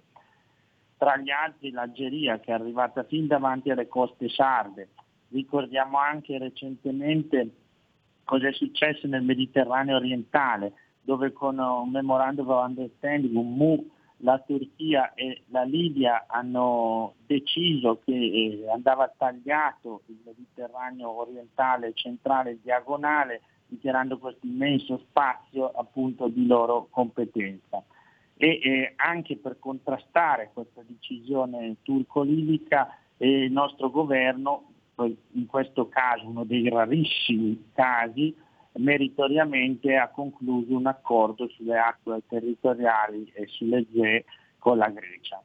Tra gli altri l'Algeria, che è arrivata fin davanti alle coste sarde. Ricordiamo anche recentemente cosa è successo nel Mediterraneo orientale, dove con un memorandum of understanding, un M U, la Turchia e la Libia hanno deciso che eh, andava tagliato il Mediterraneo orientale e centrale diagonale, dichiarando questo immenso spazio appunto di loro competenza. E eh, anche per contrastare questa decisione turco-libica, eh, il nostro governo, in questo caso uno dei rarissimi casi, meritoriamente ha concluso un accordo sulle acque territoriali e sulle Z E E con la Grecia.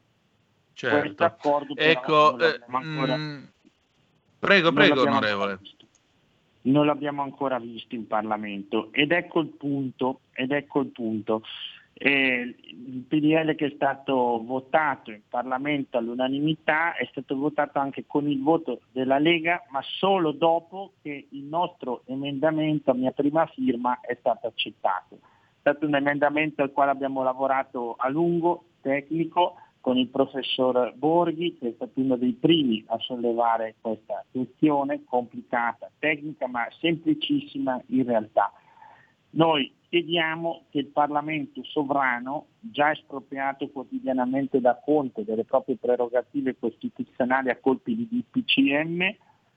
Certo. Questo accordo però ecco, non l'abbiamo ancora, mm, prego, non prego, l'abbiamo onorevole. ancora visto. Non l'abbiamo ancora visto in Parlamento ed ecco il punto, ed ecco il punto. Eh, il P D L che è stato votato in Parlamento all'unanimità è stato votato anche con il voto della Lega, ma solo dopo che il nostro emendamento a mia prima firma è stato accettato. È stato un emendamento al quale abbiamo lavorato a lungo, tecnico, con il professor Borghi, che è stato uno dei primi a sollevare questa questione complicata, tecnica, ma semplicissima in realtà. Noi chiediamo che il Parlamento sovrano, già espropriato quotidianamente da Conte delle proprie prerogative costituzionali a colpi di D P C M,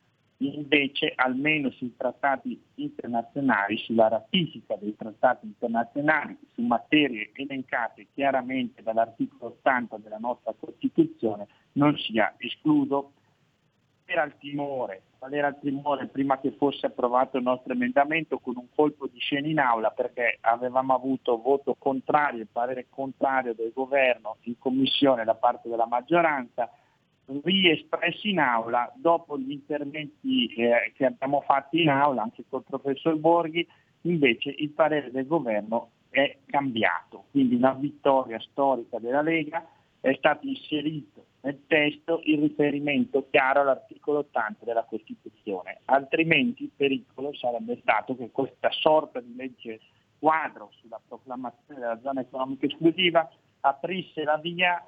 invece almeno sui trattati internazionali, sulla ratifica dei trattati internazionali, su materie elencate chiaramente dall'articolo ottanta della nostra Costituzione, non sia escluso. Era il timore, qual era il timore prima che fosse approvato il nostro emendamento, con un colpo di scena in aula, perché avevamo avuto voto contrario e parere contrario del governo in commissione da parte della maggioranza, riespressi in aula dopo gli interventi eh, che abbiamo fatto in aula anche col professor Borghi. Invece il parere del governo è cambiato, quindi una vittoria storica della Lega. È stato inserito nel testo il riferimento chiaro all'articolo ottanta della Costituzione, altrimenti il pericolo sarebbe stato che questa sorta di legge quadro sulla proclamazione della zona economica esclusiva aprisse la via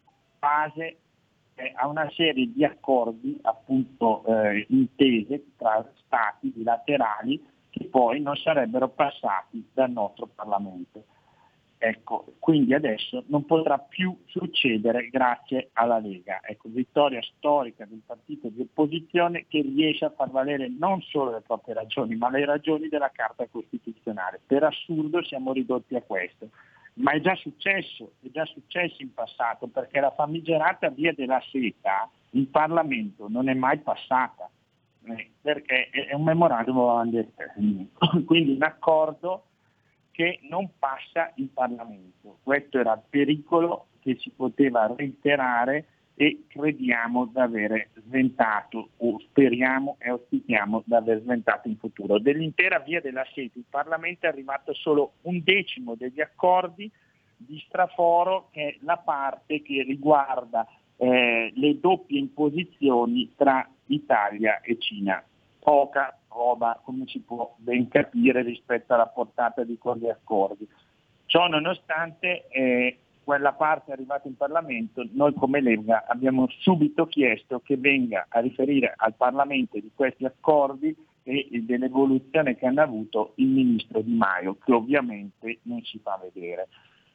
base eh, a una serie di accordi, appunto eh, intese tra stati bilaterali, che poi non sarebbero passati dal nostro Parlamento. Ecco, quindi adesso non potrà più succedere grazie alla Lega. Ecco, vittoria storica del partito di opposizione che riesce a far valere non solo le proprie ragioni, ma le ragioni della Carta Costituzionale. Per assurdo siamo ridotti a questo, ma è già successo, è già successo in passato, perché la famigerata via della seta in Parlamento non è mai passata, eh, perché è un memorandum, quindi un accordo che non passa in Parlamento. Questo era il pericolo che si poteva reiterare e crediamo di aver sventato, o speriamo e auspichiamo di aver sventato in futuro. Dell'intera via della seta il Parlamento è arrivato solo un decimo degli accordi di straforo, che è la parte che riguarda eh, le doppie imposizioni tra Italia e Cina. Poca roba, come si può ben capire, rispetto alla portata di quegli accordi. Ciò nonostante, eh, quella parte è arrivata in Parlamento, noi come Lega abbiamo subito chiesto che venga a riferire al Parlamento di questi accordi e dell'evoluzione che hanno avuto il ministro Di Maio, che ovviamente non si fa vedere.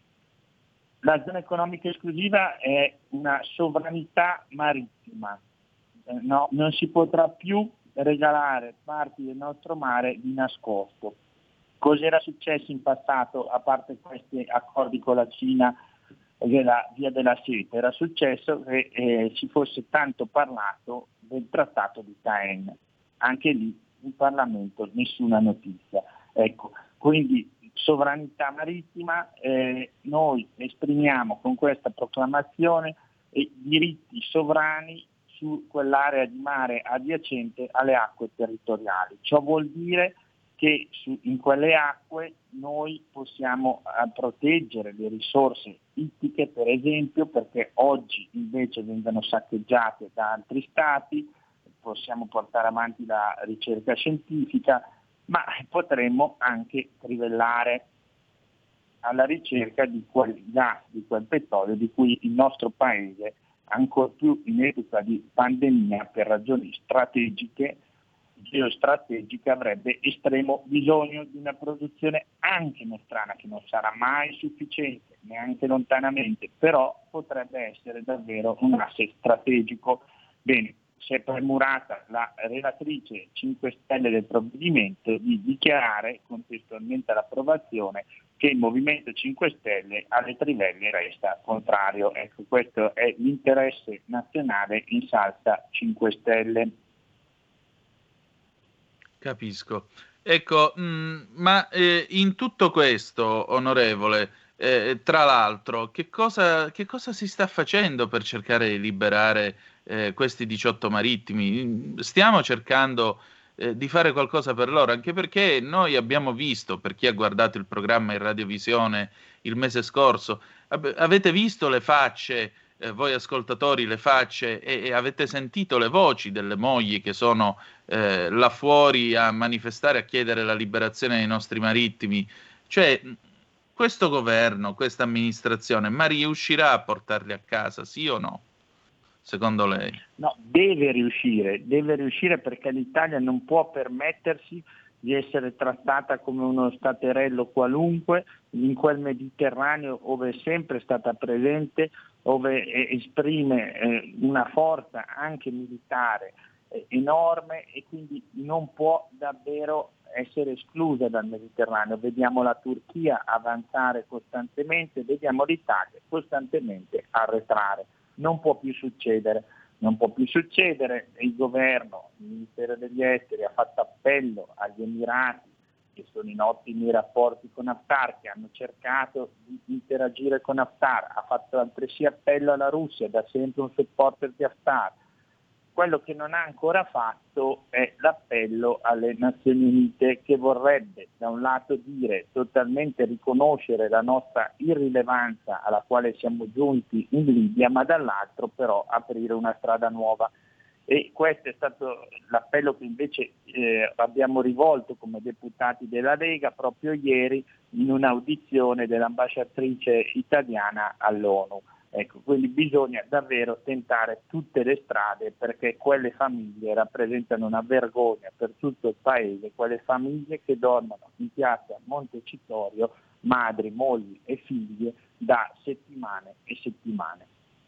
La zona economica esclusiva è una sovranità marittima, eh, no, non si potrà più regalare parti del nostro mare di nascosto. Cos'era successo in passato, a parte questi accordi con la Cina della via della seta? Era successo che eh, si fosse tanto parlato del trattato di Caen, anche lì in Parlamento nessuna notizia. Ecco, quindi sovranità marittima, eh, noi esprimiamo con questa proclamazione eh, diritti sovrani su quell'area di mare adiacente alle acque territoriali. Ciò vuol dire che su, in quelle acque noi possiamo eh, proteggere le risorse ittiche, per esempio, perché oggi invece vengono saccheggiate da altri stati, possiamo portare avanti la ricerca scientifica, ma potremmo anche trivellare alla ricerca di quel gas, di quel petrolio di cui il nostro paese, ancor più in epoca di pandemia, per ragioni strategiche, geostrategiche, avrebbe estremo bisogno di una produzione anche nostrana, che non sarà mai sufficiente, neanche lontanamente, però potrebbe essere davvero un asset strategico. Bene, si è premurata la relatrice cinque Stelle del provvedimento di dichiarare contestualmente all'approvazione che il Movimento cinque Stelle alle trivelle resta contrario. Ecco, questo è l'interesse nazionale in salsa cinque Stelle. Capisco. Ecco, mh, ma eh, in tutto questo, onorevole, eh, tra l'altro, che cosa, che cosa si sta facendo per cercare di liberare eh, questi diciotto marittimi? Stiamo cercando eh, di fare qualcosa per loro, anche perché noi abbiamo visto, per chi ha guardato il programma in radiovisione il mese scorso, ab- avete visto le facce, eh, voi ascoltatori, le facce e, e avete sentito le voci delle mogli che sono eh, là fuori a manifestare, a chiedere la liberazione dei nostri marittimi. Cioè, questo governo, questa amministrazione, ma riuscirà a portarli a casa, sì o no? Secondo lei? No, deve riuscire, deve riuscire perché l'Italia non può permettersi di essere trattata come uno staterello qualunque in quel Mediterraneo dove è sempre stata presente, dove eh, esprime eh, una forza anche militare eh, enorme e quindi non può davvero essere esclusa dal Mediterraneo. Vediamo la Turchia avanzare costantemente, vediamo l'Italia costantemente arretrare. Non può più succedere. Non può più succedere, il governo, il Ministero degli Esteri ha fatto appello agli Emirati, che sono in ottimi rapporti con Haftar, che hanno cercato di interagire con Haftar, ha fatto altresì appello alla Russia, da sempre un supporter di Haftar. Quello che non ha ancora fatto è l'appello alle Nazioni Unite, che vorrebbe da un lato dire totalmente riconoscere la nostra irrilevanza alla quale siamo giunti in Libia, ma dall'altro però aprire una strada nuova. E questo è stato l'appello che invece eh, abbiamo rivolto come deputati della Lega proprio ieri in un'audizione dell'ambasciatrice italiana all'ONU. Ecco, quindi bisogna davvero tentare tutte le strade, perché quelle famiglie rappresentano una vergogna per tutto il paese, quelle famiglie che dormono in piazza Montecitorio, madri, mogli e figlie da settimane e settimane.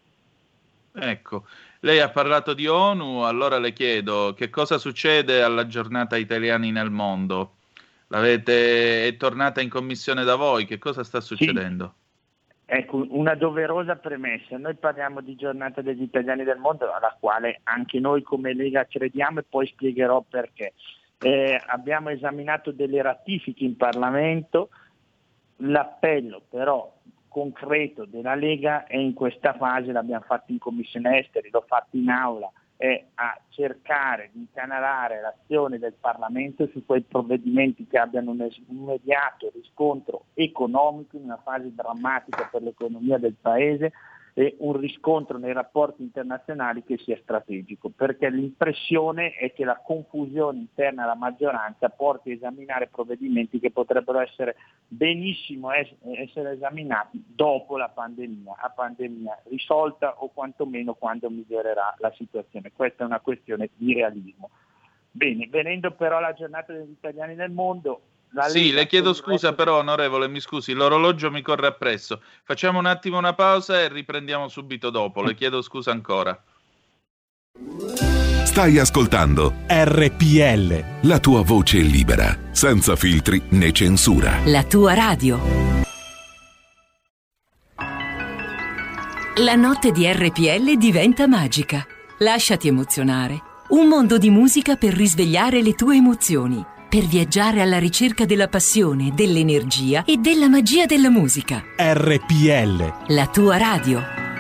Ecco, lei ha parlato di ONU, allora le chiedo che cosa succede alla giornata italiani nel mondo? L'avete, è tornata in commissione da voi, che cosa sta succedendo? Sì. Ecco, una doverosa premessa. Noi parliamo di giornata degli italiani del mondo, alla quale anche noi come Lega crediamo, e poi spiegherò perché. Eh, abbiamo esaminato delle ratifiche in Parlamento, l'appello però concreto della Lega è in questa fase, l'abbiamo fatto in Commissione Esteri, l'ho fatto in aula, è a cercare di incanalare l'azione del Parlamento su quei provvedimenti che abbiano un immediato riscontro economico in una fase drammatica per l'economia del Paese e un riscontro nei rapporti internazionali che sia strategico, perché l'impressione è che la confusione interna alla maggioranza porti a esaminare provvedimenti che potrebbero essere benissimo es- essere esaminati dopo la pandemia, a pandemia risolta o quantomeno quando migliorerà la situazione. Questa è una questione di realismo. Bene, venendo però alla giornata degli italiani nel mondo. Sì, le chiedo scusa però, onorevole, mi scusi, l'orologio mi corre appresso. Facciamo un attimo una pausa e riprendiamo subito dopo. Le chiedo scusa ancora. Stai ascoltando R P L, la tua voce libera, senza filtri né censura. La tua radio. La notte di R P L diventa magica. Lasciati emozionare. Un mondo di musica per risvegliare le tue emozioni. Per viaggiare alla ricerca della passione, dell'energia e della magia della musica. R P L, la tua radio.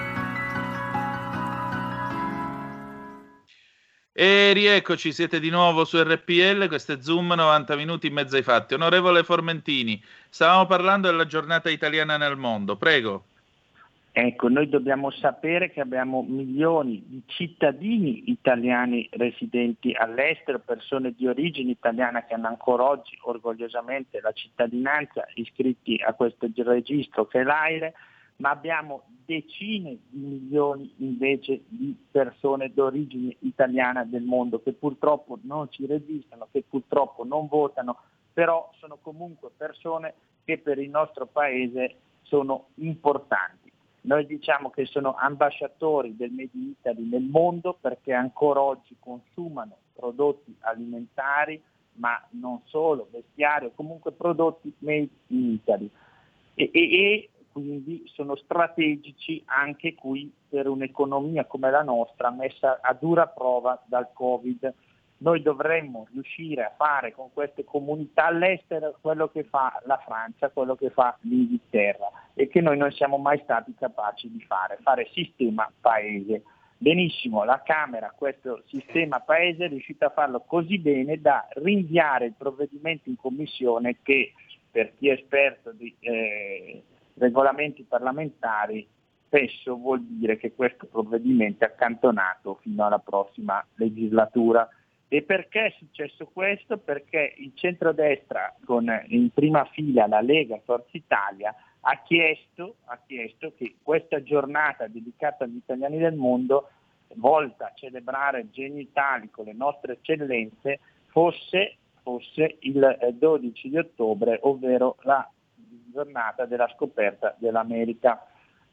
E rieccoci, siete di nuovo su R P L, questo è Zoom, novanta minuti in mezzo ai fatti. Onorevole Formentini, stavamo parlando della giornata italiana nel mondo, prego. Ecco, noi dobbiamo sapere che abbiamo milioni di cittadini italiani residenti all'estero, persone di origine italiana che hanno ancora oggi orgogliosamente la cittadinanza, iscritti a questo registro che è l'AIRE, ma abbiamo decine di milioni invece di persone d'origine italiana del mondo che purtroppo non ci registrano, che purtroppo non votano, però sono comunque persone che per il nostro paese sono importanti. Noi diciamo che sono ambasciatori del Made in Italy nel mondo perché ancora oggi consumano prodotti alimentari, ma non solo, vestiario, comunque prodotti made in Italy. E, e, e quindi sono strategici anche qui per un'economia come la nostra messa a dura prova dal Covid. Noi dovremmo riuscire a fare con queste comunità all'estero quello che fa la Francia, quello che fa l'Inghilterra e che noi non siamo mai stati capaci di fare, fare sistema paese. Benissimo, la Camera questo sistema paese è riuscita a farlo così bene da rinviare il provvedimento in commissione che per chi è esperto di eh, regolamenti parlamentari spesso vuol dire che questo provvedimento è accantonato fino alla prossima legislatura. E perché è successo questo? Perché il centrodestra, con in prima fila la Lega, Forza Italia, ha chiesto, ha chiesto che questa giornata dedicata agli italiani del mondo, volta a celebrare il Genio Italico, le nostre eccellenze, fosse fosse il dodici di ottobre, ovvero la giornata della scoperta dell'America,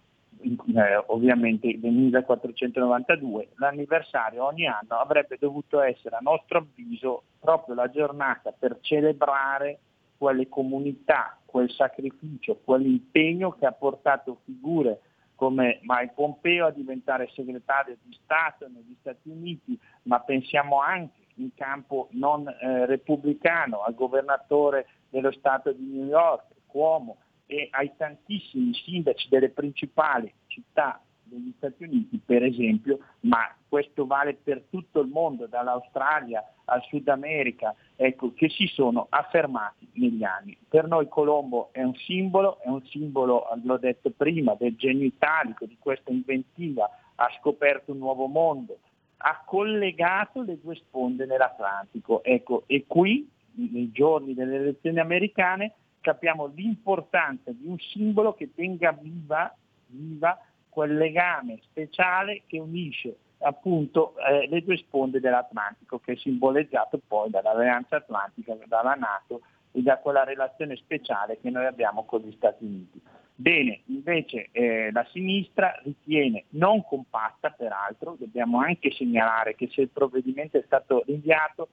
eh, ovviamente del millequattrocentonovantadue. L'anniversario ogni anno avrebbe dovuto essere, a nostro avviso, proprio la giornata per celebrare quelle comunità, quel sacrificio, quell'impegno che ha portato figure come Mike Pompeo a diventare segretario di Stato negli Stati Uniti, ma pensiamo anche in campo non eh, repubblicano al governatore dello Stato di New York, Cuomo, e ai tantissimi sindaci delle principali città degli Stati Uniti, per esempio, ma questo vale per tutto il mondo, dall'Australia al Sud America, ecco, che si sono affermati negli anni. Per noi Colombo è un simbolo, è un simbolo, l'ho detto prima, del genio italico, di questa inventiva, ha scoperto un nuovo mondo, ha collegato le due sponde nell'Atlantico, ecco, e qui, nei giorni delle elezioni americane, capiamo l'importanza di un simbolo che tenga viva, viva quel legame speciale che unisce appunto eh, le due sponde dell'Atlantico, che è simboleggiato poi dall'Alleanza Atlantica, dalla NATO e da quella relazione speciale che noi abbiamo con gli Stati Uniti. Bene, invece eh, la sinistra ritiene, non compatta peraltro, dobbiamo anche segnalare che se il provvedimento è stato rinviato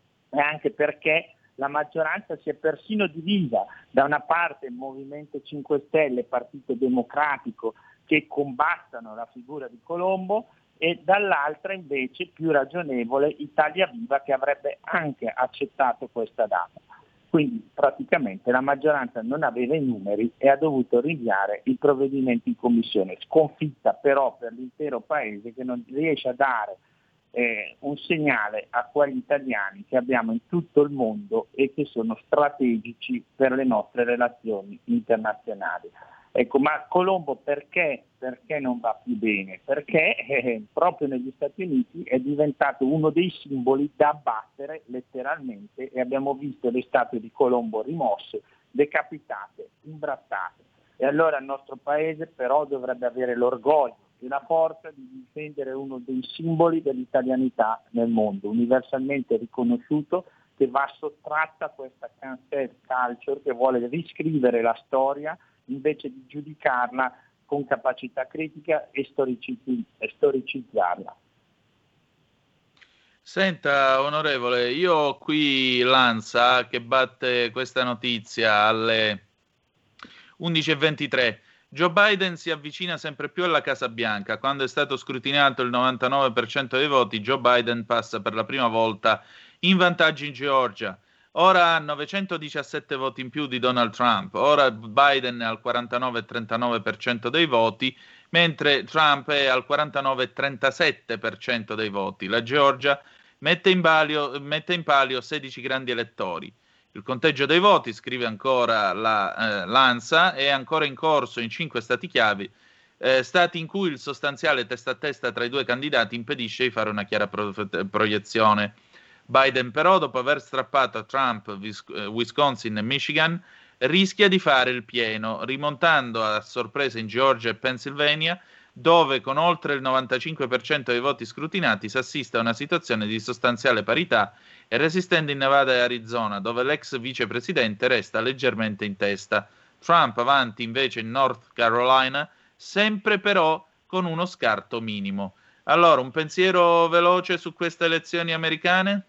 è anche perché la maggioranza si è persino divisa, da una parte il Movimento cinque Stelle, Partito Democratico, che combattono la figura di Colombo, e dall'altra invece, più ragionevole, Italia Viva, che avrebbe anche accettato questa data. Quindi praticamente la maggioranza non aveva i numeri e ha dovuto rinviare il provvedimento in commissione, sconfitta però per l'intero Paese, che non riesce a dare Eh, un segnale a quegli italiani che abbiamo in tutto il mondo e che sono strategici per le nostre relazioni internazionali. Ecco, ma Colombo perché, perché non va più bene? Perché eh, proprio negli Stati Uniti è diventato uno dei simboli da abbattere letteralmente, e abbiamo visto le statue di Colombo rimosse, decapitate, imbrattate. E allora il nostro Paese però dovrebbe avere l'orgoglio e la forza di difendere uno dei simboli dell'italianità nel mondo, universalmente riconosciuto, che va sottratta a questa cancel culture che vuole riscrivere la storia invece di giudicarla con capacità critica e, storici- e storicizzarla. Senta, onorevole, io ho qui l'ANSA che batte questa notizia alle undici e ventitré. Joe Biden si avvicina sempre più alla Casa Bianca. Quando è stato scrutinato il novantanove per cento dei voti, Joe Biden passa per la prima volta in vantaggio in Georgia. Ora ha novecentodiciassette voti in più di Donald Trump. Ora Biden è al quarantanove virgola trentanove per cento dei voti, mentre Trump è al quarantanove virgola trentasette per cento dei voti. La Georgia mette in palio, mette in palio sedici grandi elettori. Il conteggio dei voti, scrive ancora la, eh, l'ANSA, è ancora in corso in cinque stati chiavi, eh, stati in cui il sostanziale testa a testa tra i due candidati impedisce di fare una chiara pro- proiezione. Biden però, dopo aver strappato a Trump Wisconsin e Michigan, rischia di fare il pieno, rimontando a sorpresa in Georgia e Pennsylvania, dove con oltre il novantacinque per cento dei voti scrutinati si assiste a una situazione di sostanziale parità, e resistendo in Nevada e Arizona, dove l'ex vicepresidente resta leggermente in testa. Trump avanti invece in North Carolina, sempre però con uno scarto minimo. Allora, un pensiero veloce su queste elezioni americane?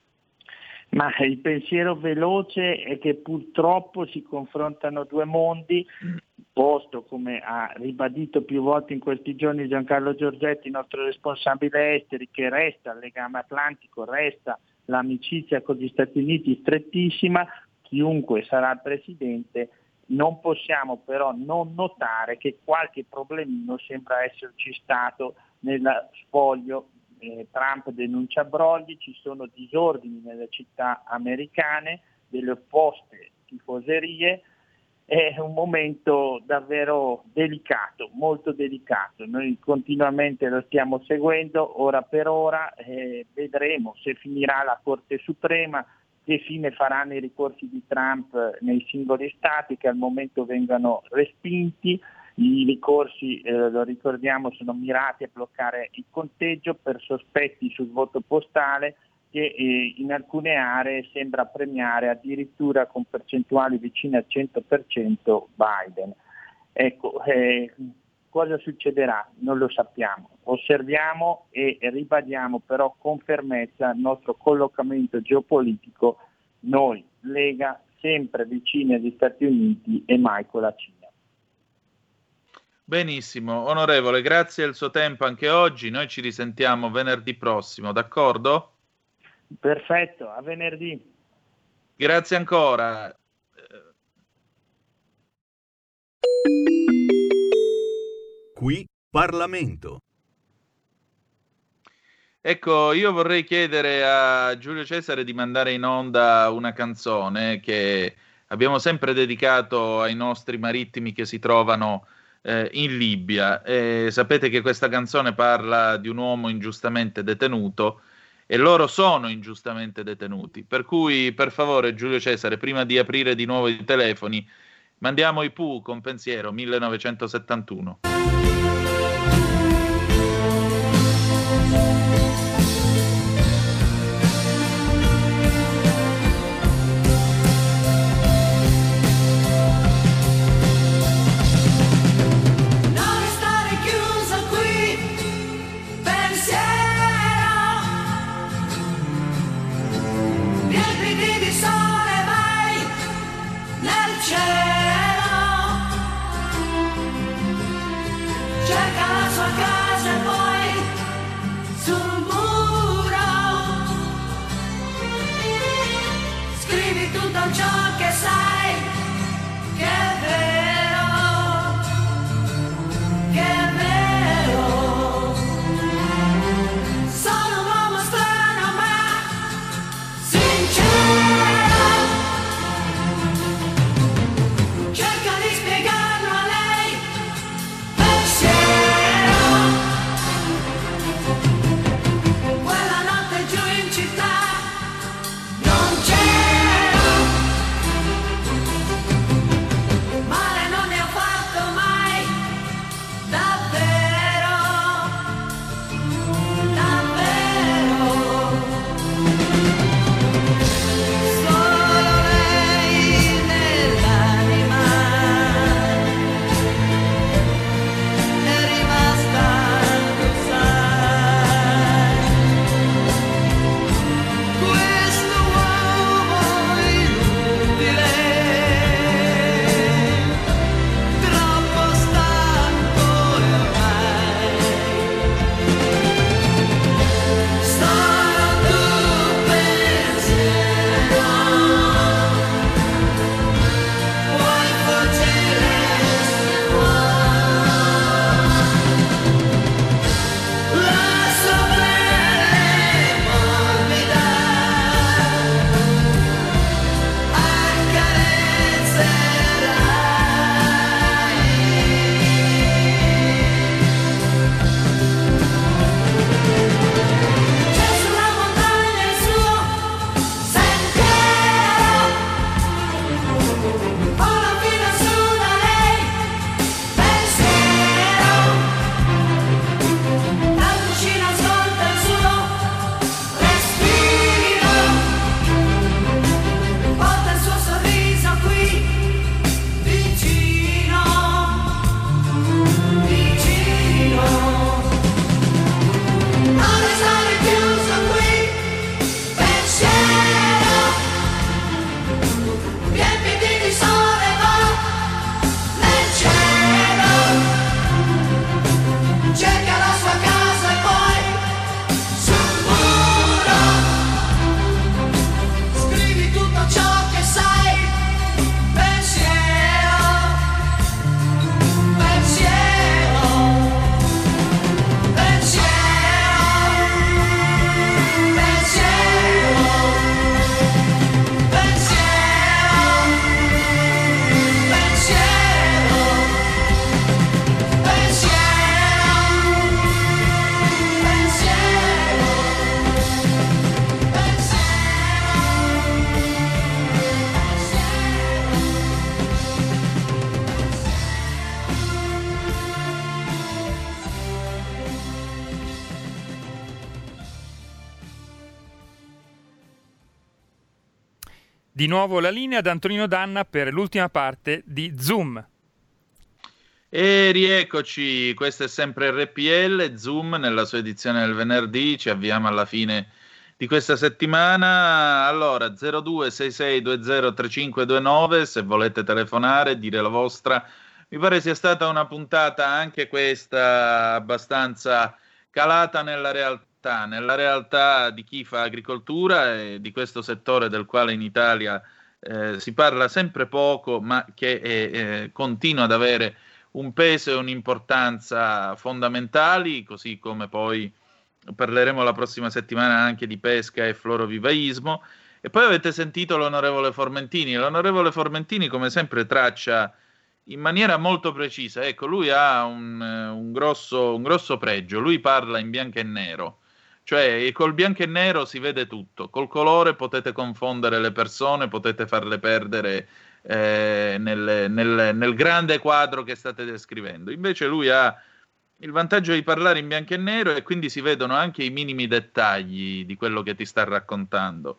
Ma il pensiero veloce è che purtroppo si confrontano due mondi, posto, come ha ribadito più volte in questi giorni Giancarlo Giorgetti, il nostro responsabile esteri, che resta il legame atlantico, resta l'amicizia con gli Stati Uniti strettissima, chiunque sarà il presidente. Non possiamo però non notare che qualche problemino sembra esserci stato nel spoglio. Eh, Trump denuncia brogli, ci sono disordini nelle città americane, delle opposte tifoserie. È un momento davvero delicato, molto delicato. Noi continuamente lo stiamo seguendo, ora per ora, eh, vedremo se finirà la Corte Suprema, che fine faranno i ricorsi di Trump nei singoli stati, che al momento vengono respinti. I ricorsi, eh, lo ricordiamo, sono mirati a bloccare il conteggio per sospetti sul voto postale, che eh, in alcune aree sembra premiare addirittura con percentuali vicine al cento per cento Biden. Ecco, eh, cosa succederà? Non lo sappiamo. Osserviamo e ribadiamo però con fermezza il nostro collocamento geopolitico, noi, Lega, sempre vicini agli Stati Uniti e mai con la Cina. Benissimo, onorevole, grazie del suo tempo anche oggi. Noi ci risentiamo venerdì prossimo, d'accordo? Perfetto, a venerdì. Grazie ancora. Qui Parlamento. Ecco, io vorrei chiedere a Giulio Cesare di mandare in onda una canzone che abbiamo sempre dedicato ai nostri marittimi che si trovano eh, in Libia. E sapete che questa canzone parla di un uomo ingiustamente detenuto e loro sono ingiustamente detenuti. Per cui, per favore, Giulio Cesare, prima di aprire di nuovo i telefoni, mandiamo i Pooh con Pensiero millenovecentosettantuno. Città non c'era Di nuovo la linea ad Antonino Danna per l'ultima parte di Zoom. E rieccoci, questo è sempre R P L, Zoom nella sua edizione del venerdì, ci avviamo alla fine di questa settimana. Allora, zero due sei sei due zero tre cinque due nove, se volete telefonare, dire la vostra. Mi pare sia stata una puntata anche questa abbastanza calata nella realtà, nella realtà di chi fa agricoltura e di questo settore del quale in Italia eh, si parla sempre poco, ma che è, eh, continua ad avere un peso e un'importanza fondamentali, così come poi parleremo la prossima settimana anche di pesca e florovivaismo. E poi avete sentito l'onorevole Formentini. L'onorevole Formentini, come sempre, traccia in maniera molto precisa. Ecco, lui ha un, un, grosso, un grosso pregio. Lui parla in bianco e nero. Cioè, col bianco e nero si vede tutto. Col colore potete confondere le persone, potete farle perdere eh, nel, nel, nel grande quadro che state descrivendo. Invece lui ha il vantaggio di parlare in bianco e nero e quindi si vedono anche i minimi dettagli di quello che ti sta raccontando.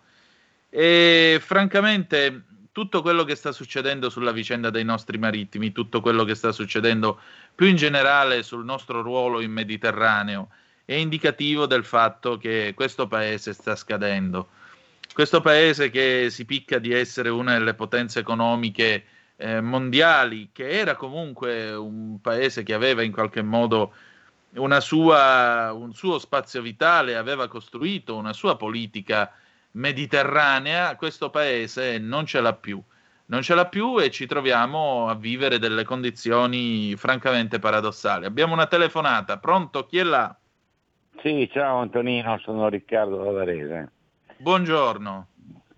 E francamente tutto quello che sta succedendo sulla vicenda dei nostri marittimi, tutto quello che sta succedendo più in generale sul nostro ruolo in Mediterraneo è indicativo del fatto che questo paese sta scadendo. Questo paese che si picca di essere una delle potenze economiche eh, mondiali, che era comunque un paese che aveva in qualche modo una sua, un suo spazio vitale, aveva costruito una sua politica mediterranea, questo paese non ce l'ha più. Non ce l'ha più e ci troviamo a vivere delle condizioni francamente paradossali. Abbiamo una telefonata. Pronto? Chi è là? Sì, ciao Antonino, sono Riccardo da Varese. Buongiorno.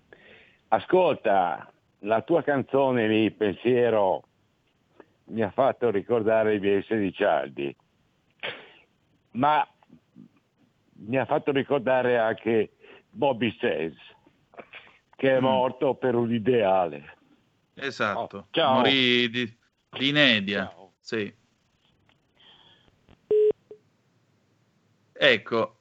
Ascolta, la tua canzone lì, Pensiero, mi ha fatto ricordare i miei sedici anni, ma mi ha fatto ricordare anche Bobby Sands, che è morto mm. per un ideale. Esatto, oh, ciao. Morì di, di inedia. Ciao. Sì. Ecco,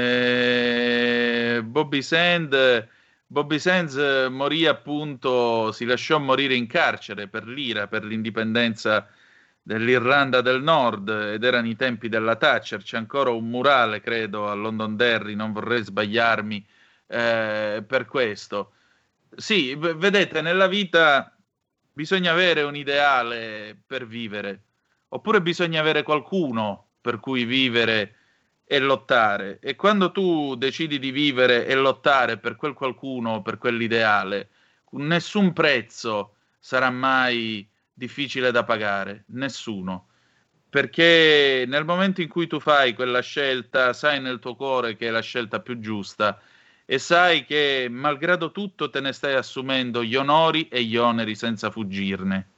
eh, Bobby Sands, Bobby Sands morì appunto, si lasciò morire in carcere per l'I R A, per l'indipendenza dell'Irlanda del Nord, ed erano i tempi della Thatcher. C'è ancora un murale, credo, a Londonderry, non vorrei sbagliarmi eh, per questo. Sì, v- vedete, nella vita bisogna avere un ideale per vivere, oppure bisogna avere qualcuno per cui vivere e lottare, e quando tu decidi di vivere e lottare per quel qualcuno, per quell'ideale, nessun prezzo sarà mai difficile da pagare, nessuno, perché nel momento in cui tu fai quella scelta sai nel tuo cuore che è la scelta più giusta e sai che malgrado tutto te ne stai assumendo gli onori e gli oneri senza fuggirne.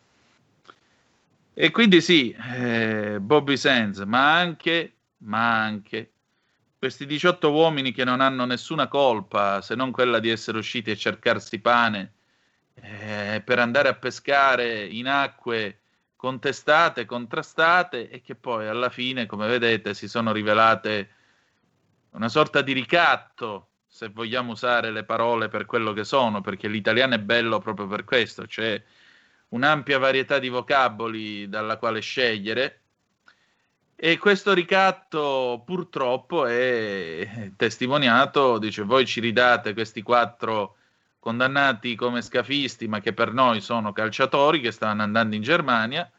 E quindi sì, eh, Bobby Sands, ma anche ma anche questi diciotto uomini che non hanno nessuna colpa se non quella di essere usciti a cercarsi pane eh, per andare a pescare in acque contestate, contrastate, e che poi alla fine, come vedete, si sono rivelate una sorta di ricatto, se vogliamo usare le parole per quello che sono, perché l'italiano è bello proprio per questo, c'è un'ampia varietà di vocaboli dalla quale scegliere. E questo ricatto purtroppo è testimoniato, dice, voi ci ridate questi quattro condannati come scafisti, ma che per noi sono calciatori che stanno andando in Germania,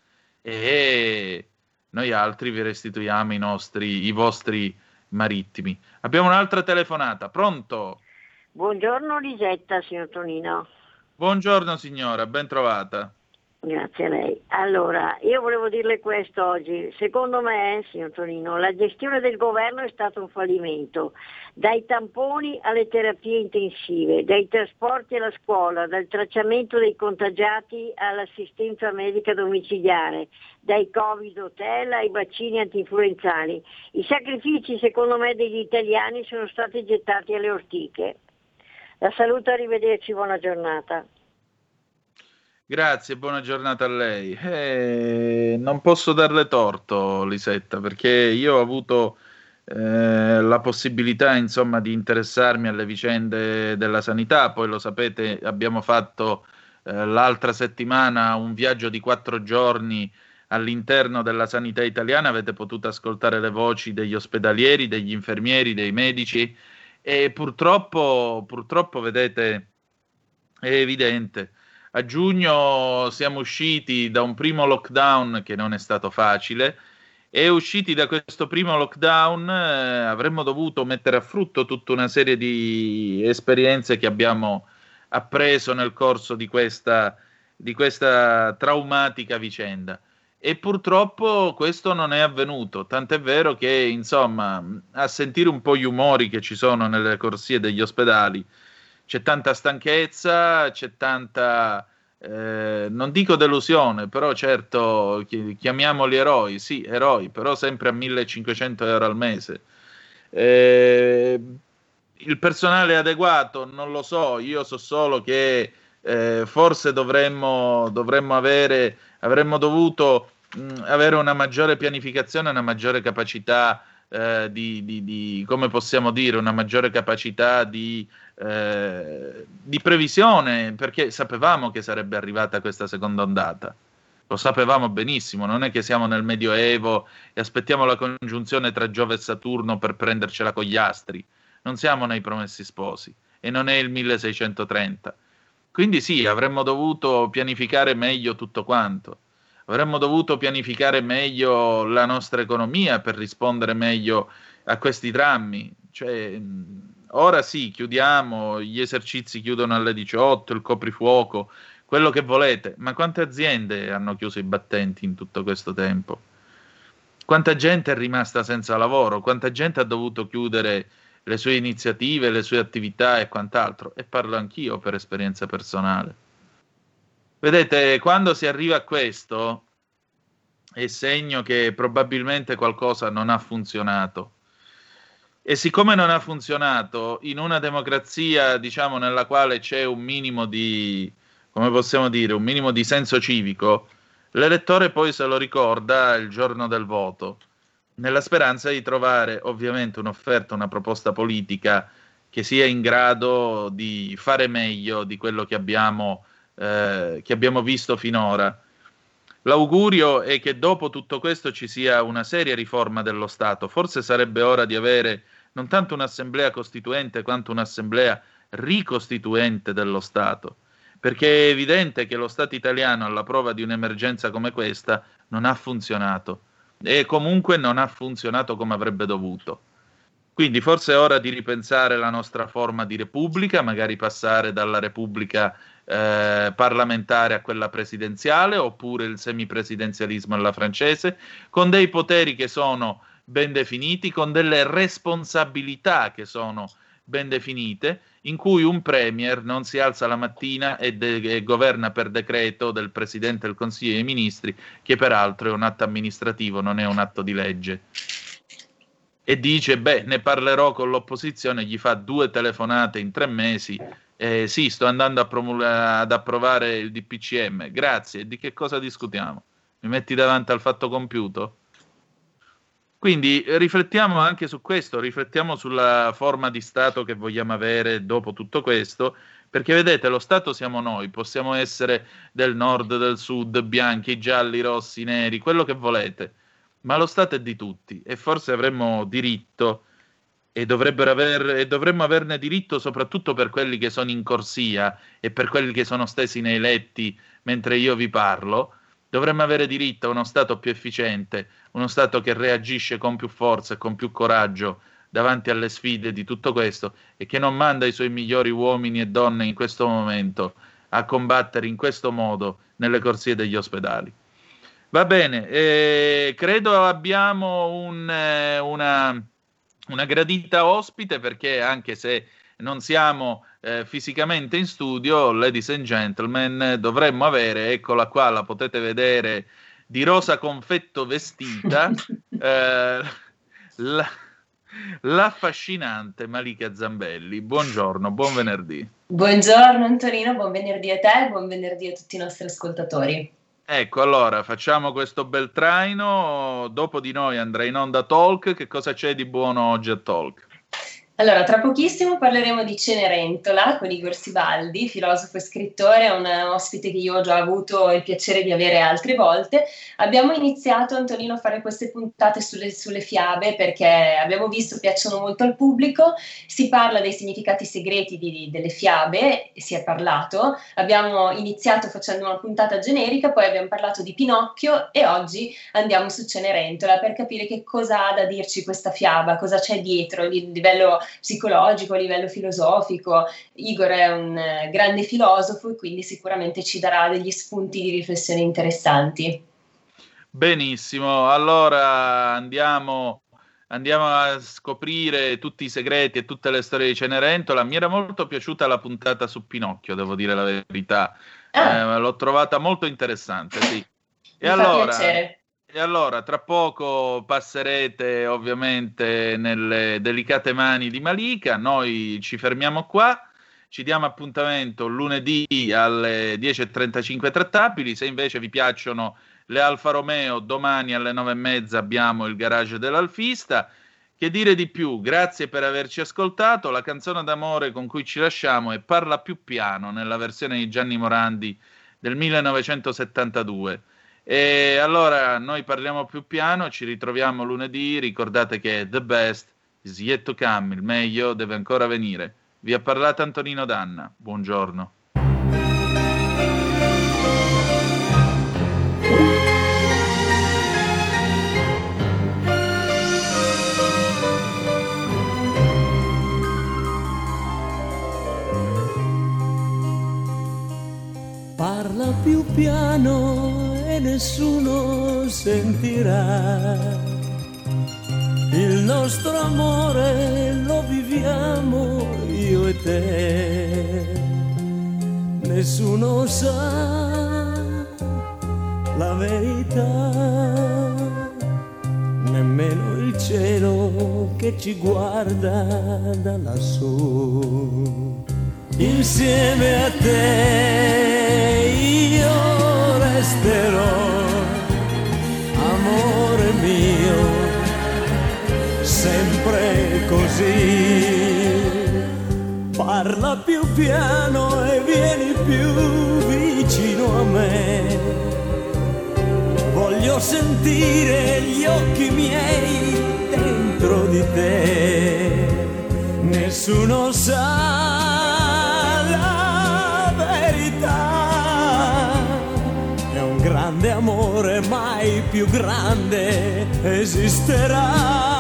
e noi altri vi restituiamo i nostri, i vostri marittimi. Abbiamo un'altra telefonata, pronto? Buongiorno Lisetta, signor Tonino. Buongiorno signora, ben trovata. Grazie a lei. Allora, io volevo dirle questo oggi. Secondo me, signor Tonino, la gestione del governo è stato un fallimento. Dai tamponi alle terapie intensive, dai trasporti alla scuola, dal tracciamento dei contagiati all'assistenza medica domiciliare, dai Covid hotel ai vaccini antinfluenzali. I sacrifici, secondo me, degli italiani sono stati gettati alle ortiche. La saluto, arrivederci, buona giornata. Grazie, buona giornata a lei. Eh, non posso darle torto, Lisetta, perché io ho avuto eh, la possibilità, insomma, di interessarmi alle vicende della sanità. Poi lo sapete, abbiamo fatto eh, l'altra settimana un viaggio di quattro giorni all'interno della sanità italiana. Avete potuto ascoltare le voci degli ospedalieri, degli infermieri, dei medici, e purtroppo, purtroppo vedete, è evidente. A giugno siamo usciti da un primo lockdown che non è stato facile, e usciti da questo primo lockdown eh, avremmo dovuto mettere a frutto tutta una serie di esperienze che abbiamo appreso nel corso di questa, di questa traumatica vicenda. E purtroppo questo non è avvenuto, tant'è vero che, insomma, a sentire un po' gli umori che ci sono nelle corsie degli ospedali, c'è tanta stanchezza, c'è tanta, eh, non dico delusione, però certo, chiamiamoli eroi, sì, eroi, però sempre a millecinquecento euro al mese. Eh, il personale adeguato, non lo so, io so solo che eh, forse dovremmo, dovremmo avere, avremmo dovuto mh, avere una maggiore pianificazione, una maggiore capacità eh, di, di, di, come possiamo dire, una maggiore capacità di, eh, di previsione, perché sapevamo che sarebbe arrivata questa seconda ondata. Lo sapevamo benissimo, non è che siamo nel Medioevo e aspettiamo la congiunzione tra Giove e Saturno per prendercela con gli astri. Non siamo nei Promessi Sposi e non è il milleseicentotrenta. Quindi sì, avremmo dovuto pianificare meglio tutto quanto. Avremmo dovuto pianificare meglio la nostra economia per rispondere meglio a questi drammi. Cioè, ora sì, chiudiamo, gli esercizi chiudono alle diciotto, il coprifuoco, quello che volete, ma quante aziende hanno chiuso i battenti in tutto questo tempo? Quanta gente è rimasta senza lavoro? Quanta gente ha dovuto chiudere le sue iniziative, le sue attività e quant'altro? E parlo anch'io per esperienza personale. Vedete, quando si arriva a questo è segno che probabilmente qualcosa non ha funzionato. E siccome non ha funzionato, in una democrazia, diciamo, nella quale c'è un minimo di, come possiamo dire, un minimo di senso civico, l'elettore poi se lo ricorda il giorno del voto, nella speranza di trovare ovviamente un'offerta, una proposta politica che sia in grado di fare meglio di quello che abbiamo, eh, che abbiamo visto finora. L'augurio è che dopo tutto questo ci sia una seria riforma dello Stato. Forse sarebbe ora di avere non tanto un'assemblea costituente quanto un'assemblea ricostituente dello Stato, perché è evidente che lo Stato italiano, alla prova di un'emergenza come questa, non ha funzionato e comunque non ha funzionato come avrebbe dovuto. Quindi forse è ora di ripensare la nostra forma di repubblica, magari passare dalla repubblica eh, parlamentare a quella presidenziale, oppure il semipresidenzialismo alla francese, con dei poteri che sono ben definiti, con delle responsabilità che sono ben definite, in cui un premier non si alza la mattina e, de- e governa per decreto del Presidente del Consiglio dei Ministri, che peraltro è un atto amministrativo, non è un atto di legge. E dice, beh, ne parlerò con l'opposizione, gli fa due telefonate in tre mesi, eh, sì, sto andando a promul- ad approvare il D P C M, grazie, di che cosa discutiamo? Mi metti davanti al fatto compiuto? Quindi riflettiamo anche su questo, riflettiamo sulla forma di Stato che vogliamo avere dopo tutto questo, perché vedete, lo Stato siamo noi, possiamo essere del nord, del sud, bianchi, gialli, rossi, neri, quello che volete, ma lo Stato è di tutti e forse avremmo diritto e, dovrebbero aver, e dovremmo averne diritto soprattutto per quelli che sono in corsia e per quelli che sono stesi nei letti mentre io vi parlo. Dovremmo avere diritto a uno Stato più efficiente, uno Stato che reagisce con più forza e con più coraggio davanti alle sfide di tutto questo e che non manda i suoi migliori uomini e donne in questo momento a combattere in questo modo nelle corsie degli ospedali. Va bene, eh, credo abbiamo un, eh, una, una gradita ospite, perché anche se non siamo eh, fisicamente in studio, ladies and gentlemen, dovremmo avere, eccola qua, la potete vedere, di rosa confetto vestita, eh, la, l'affascinante Malika Zambelli. Buongiorno, buon venerdì. Buongiorno Antonino, buon venerdì a te e buon venerdì a tutti i nostri ascoltatori. Ecco, allora facciamo questo bel traino, dopo di noi andrà in onda Talk. Che cosa c'è di buono oggi a Talk? Allora, tra pochissimo parleremo di Cenerentola con Igor Sibaldi, filosofo e scrittore, un ospite che io ho già avuto il piacere di avere altre volte. Abbiamo iniziato, Antonino, a fare queste puntate sulle, sulle fiabe perché abbiamo visto piacciono molto al pubblico, si parla dei significati segreti di, delle fiabe, si è parlato, abbiamo iniziato facendo una puntata generica, poi abbiamo parlato di Pinocchio e oggi andiamo su Cenerentola per capire che cosa ha da dirci questa fiaba, cosa c'è dietro, a livello psicologico, a livello filosofico. Igor è un eh, grande filosofo e quindi sicuramente ci darà degli spunti di riflessione interessanti. Benissimo, allora andiamo, andiamo a scoprire tutti i segreti e tutte le storie di Cenerentola. Mi era molto piaciuta la puntata su Pinocchio, devo dire la verità, ah. eh, l'ho trovata molto interessante, sì. E Mi allora, fa piacere. E allora, tra poco passerete ovviamente nelle delicate mani di Malika, noi ci fermiamo qua, ci diamo appuntamento lunedì alle dieci e trentacinque trattabili, se invece vi piacciono le Alfa Romeo, domani alle nove e mezza abbiamo il garage dell'Alfista. Che dire di più? Grazie per averci ascoltato, la canzone d'amore con cui ci lasciamo è Parla più piano, nella versione di Gianni Morandi del millenovecentosettantadue. E allora noi parliamo più piano, ci ritroviamo lunedì, ricordate che the best is yet to come, il meglio deve ancora venire. Vi ha parlato Antonino Danna, buongiorno. Parla più piano e nessuno sentirà. Il nostro amore lo viviamo io e te. Nessuno sa la verità, nemmeno il cielo che ci guarda da lassù. Insieme a te io resterò, amore mio, sempre così. Parla più piano e vieni più vicino a me. Voglio sentire gli occhi miei dentro di te. Nessuno sa è un grande amore, mai più grande esisterà.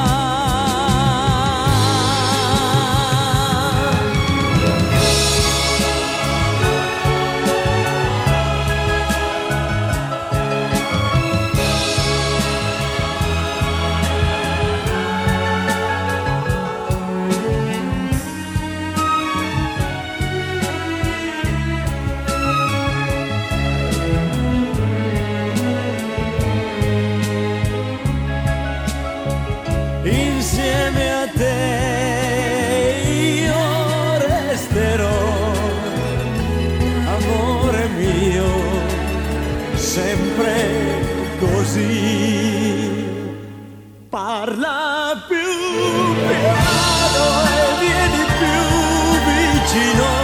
Sempre così. Parla più piano e vieni più vicino a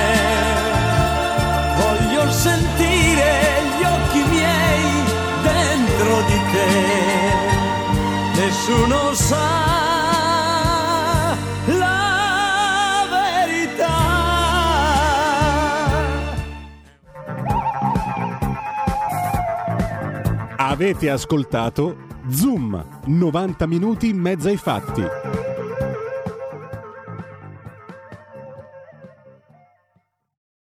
me. Voglio sentire gli occhi miei dentro di te. Nessuno sa la verità. Avete ascoltato Zoom, novanta minuti in mezzo ai fatti.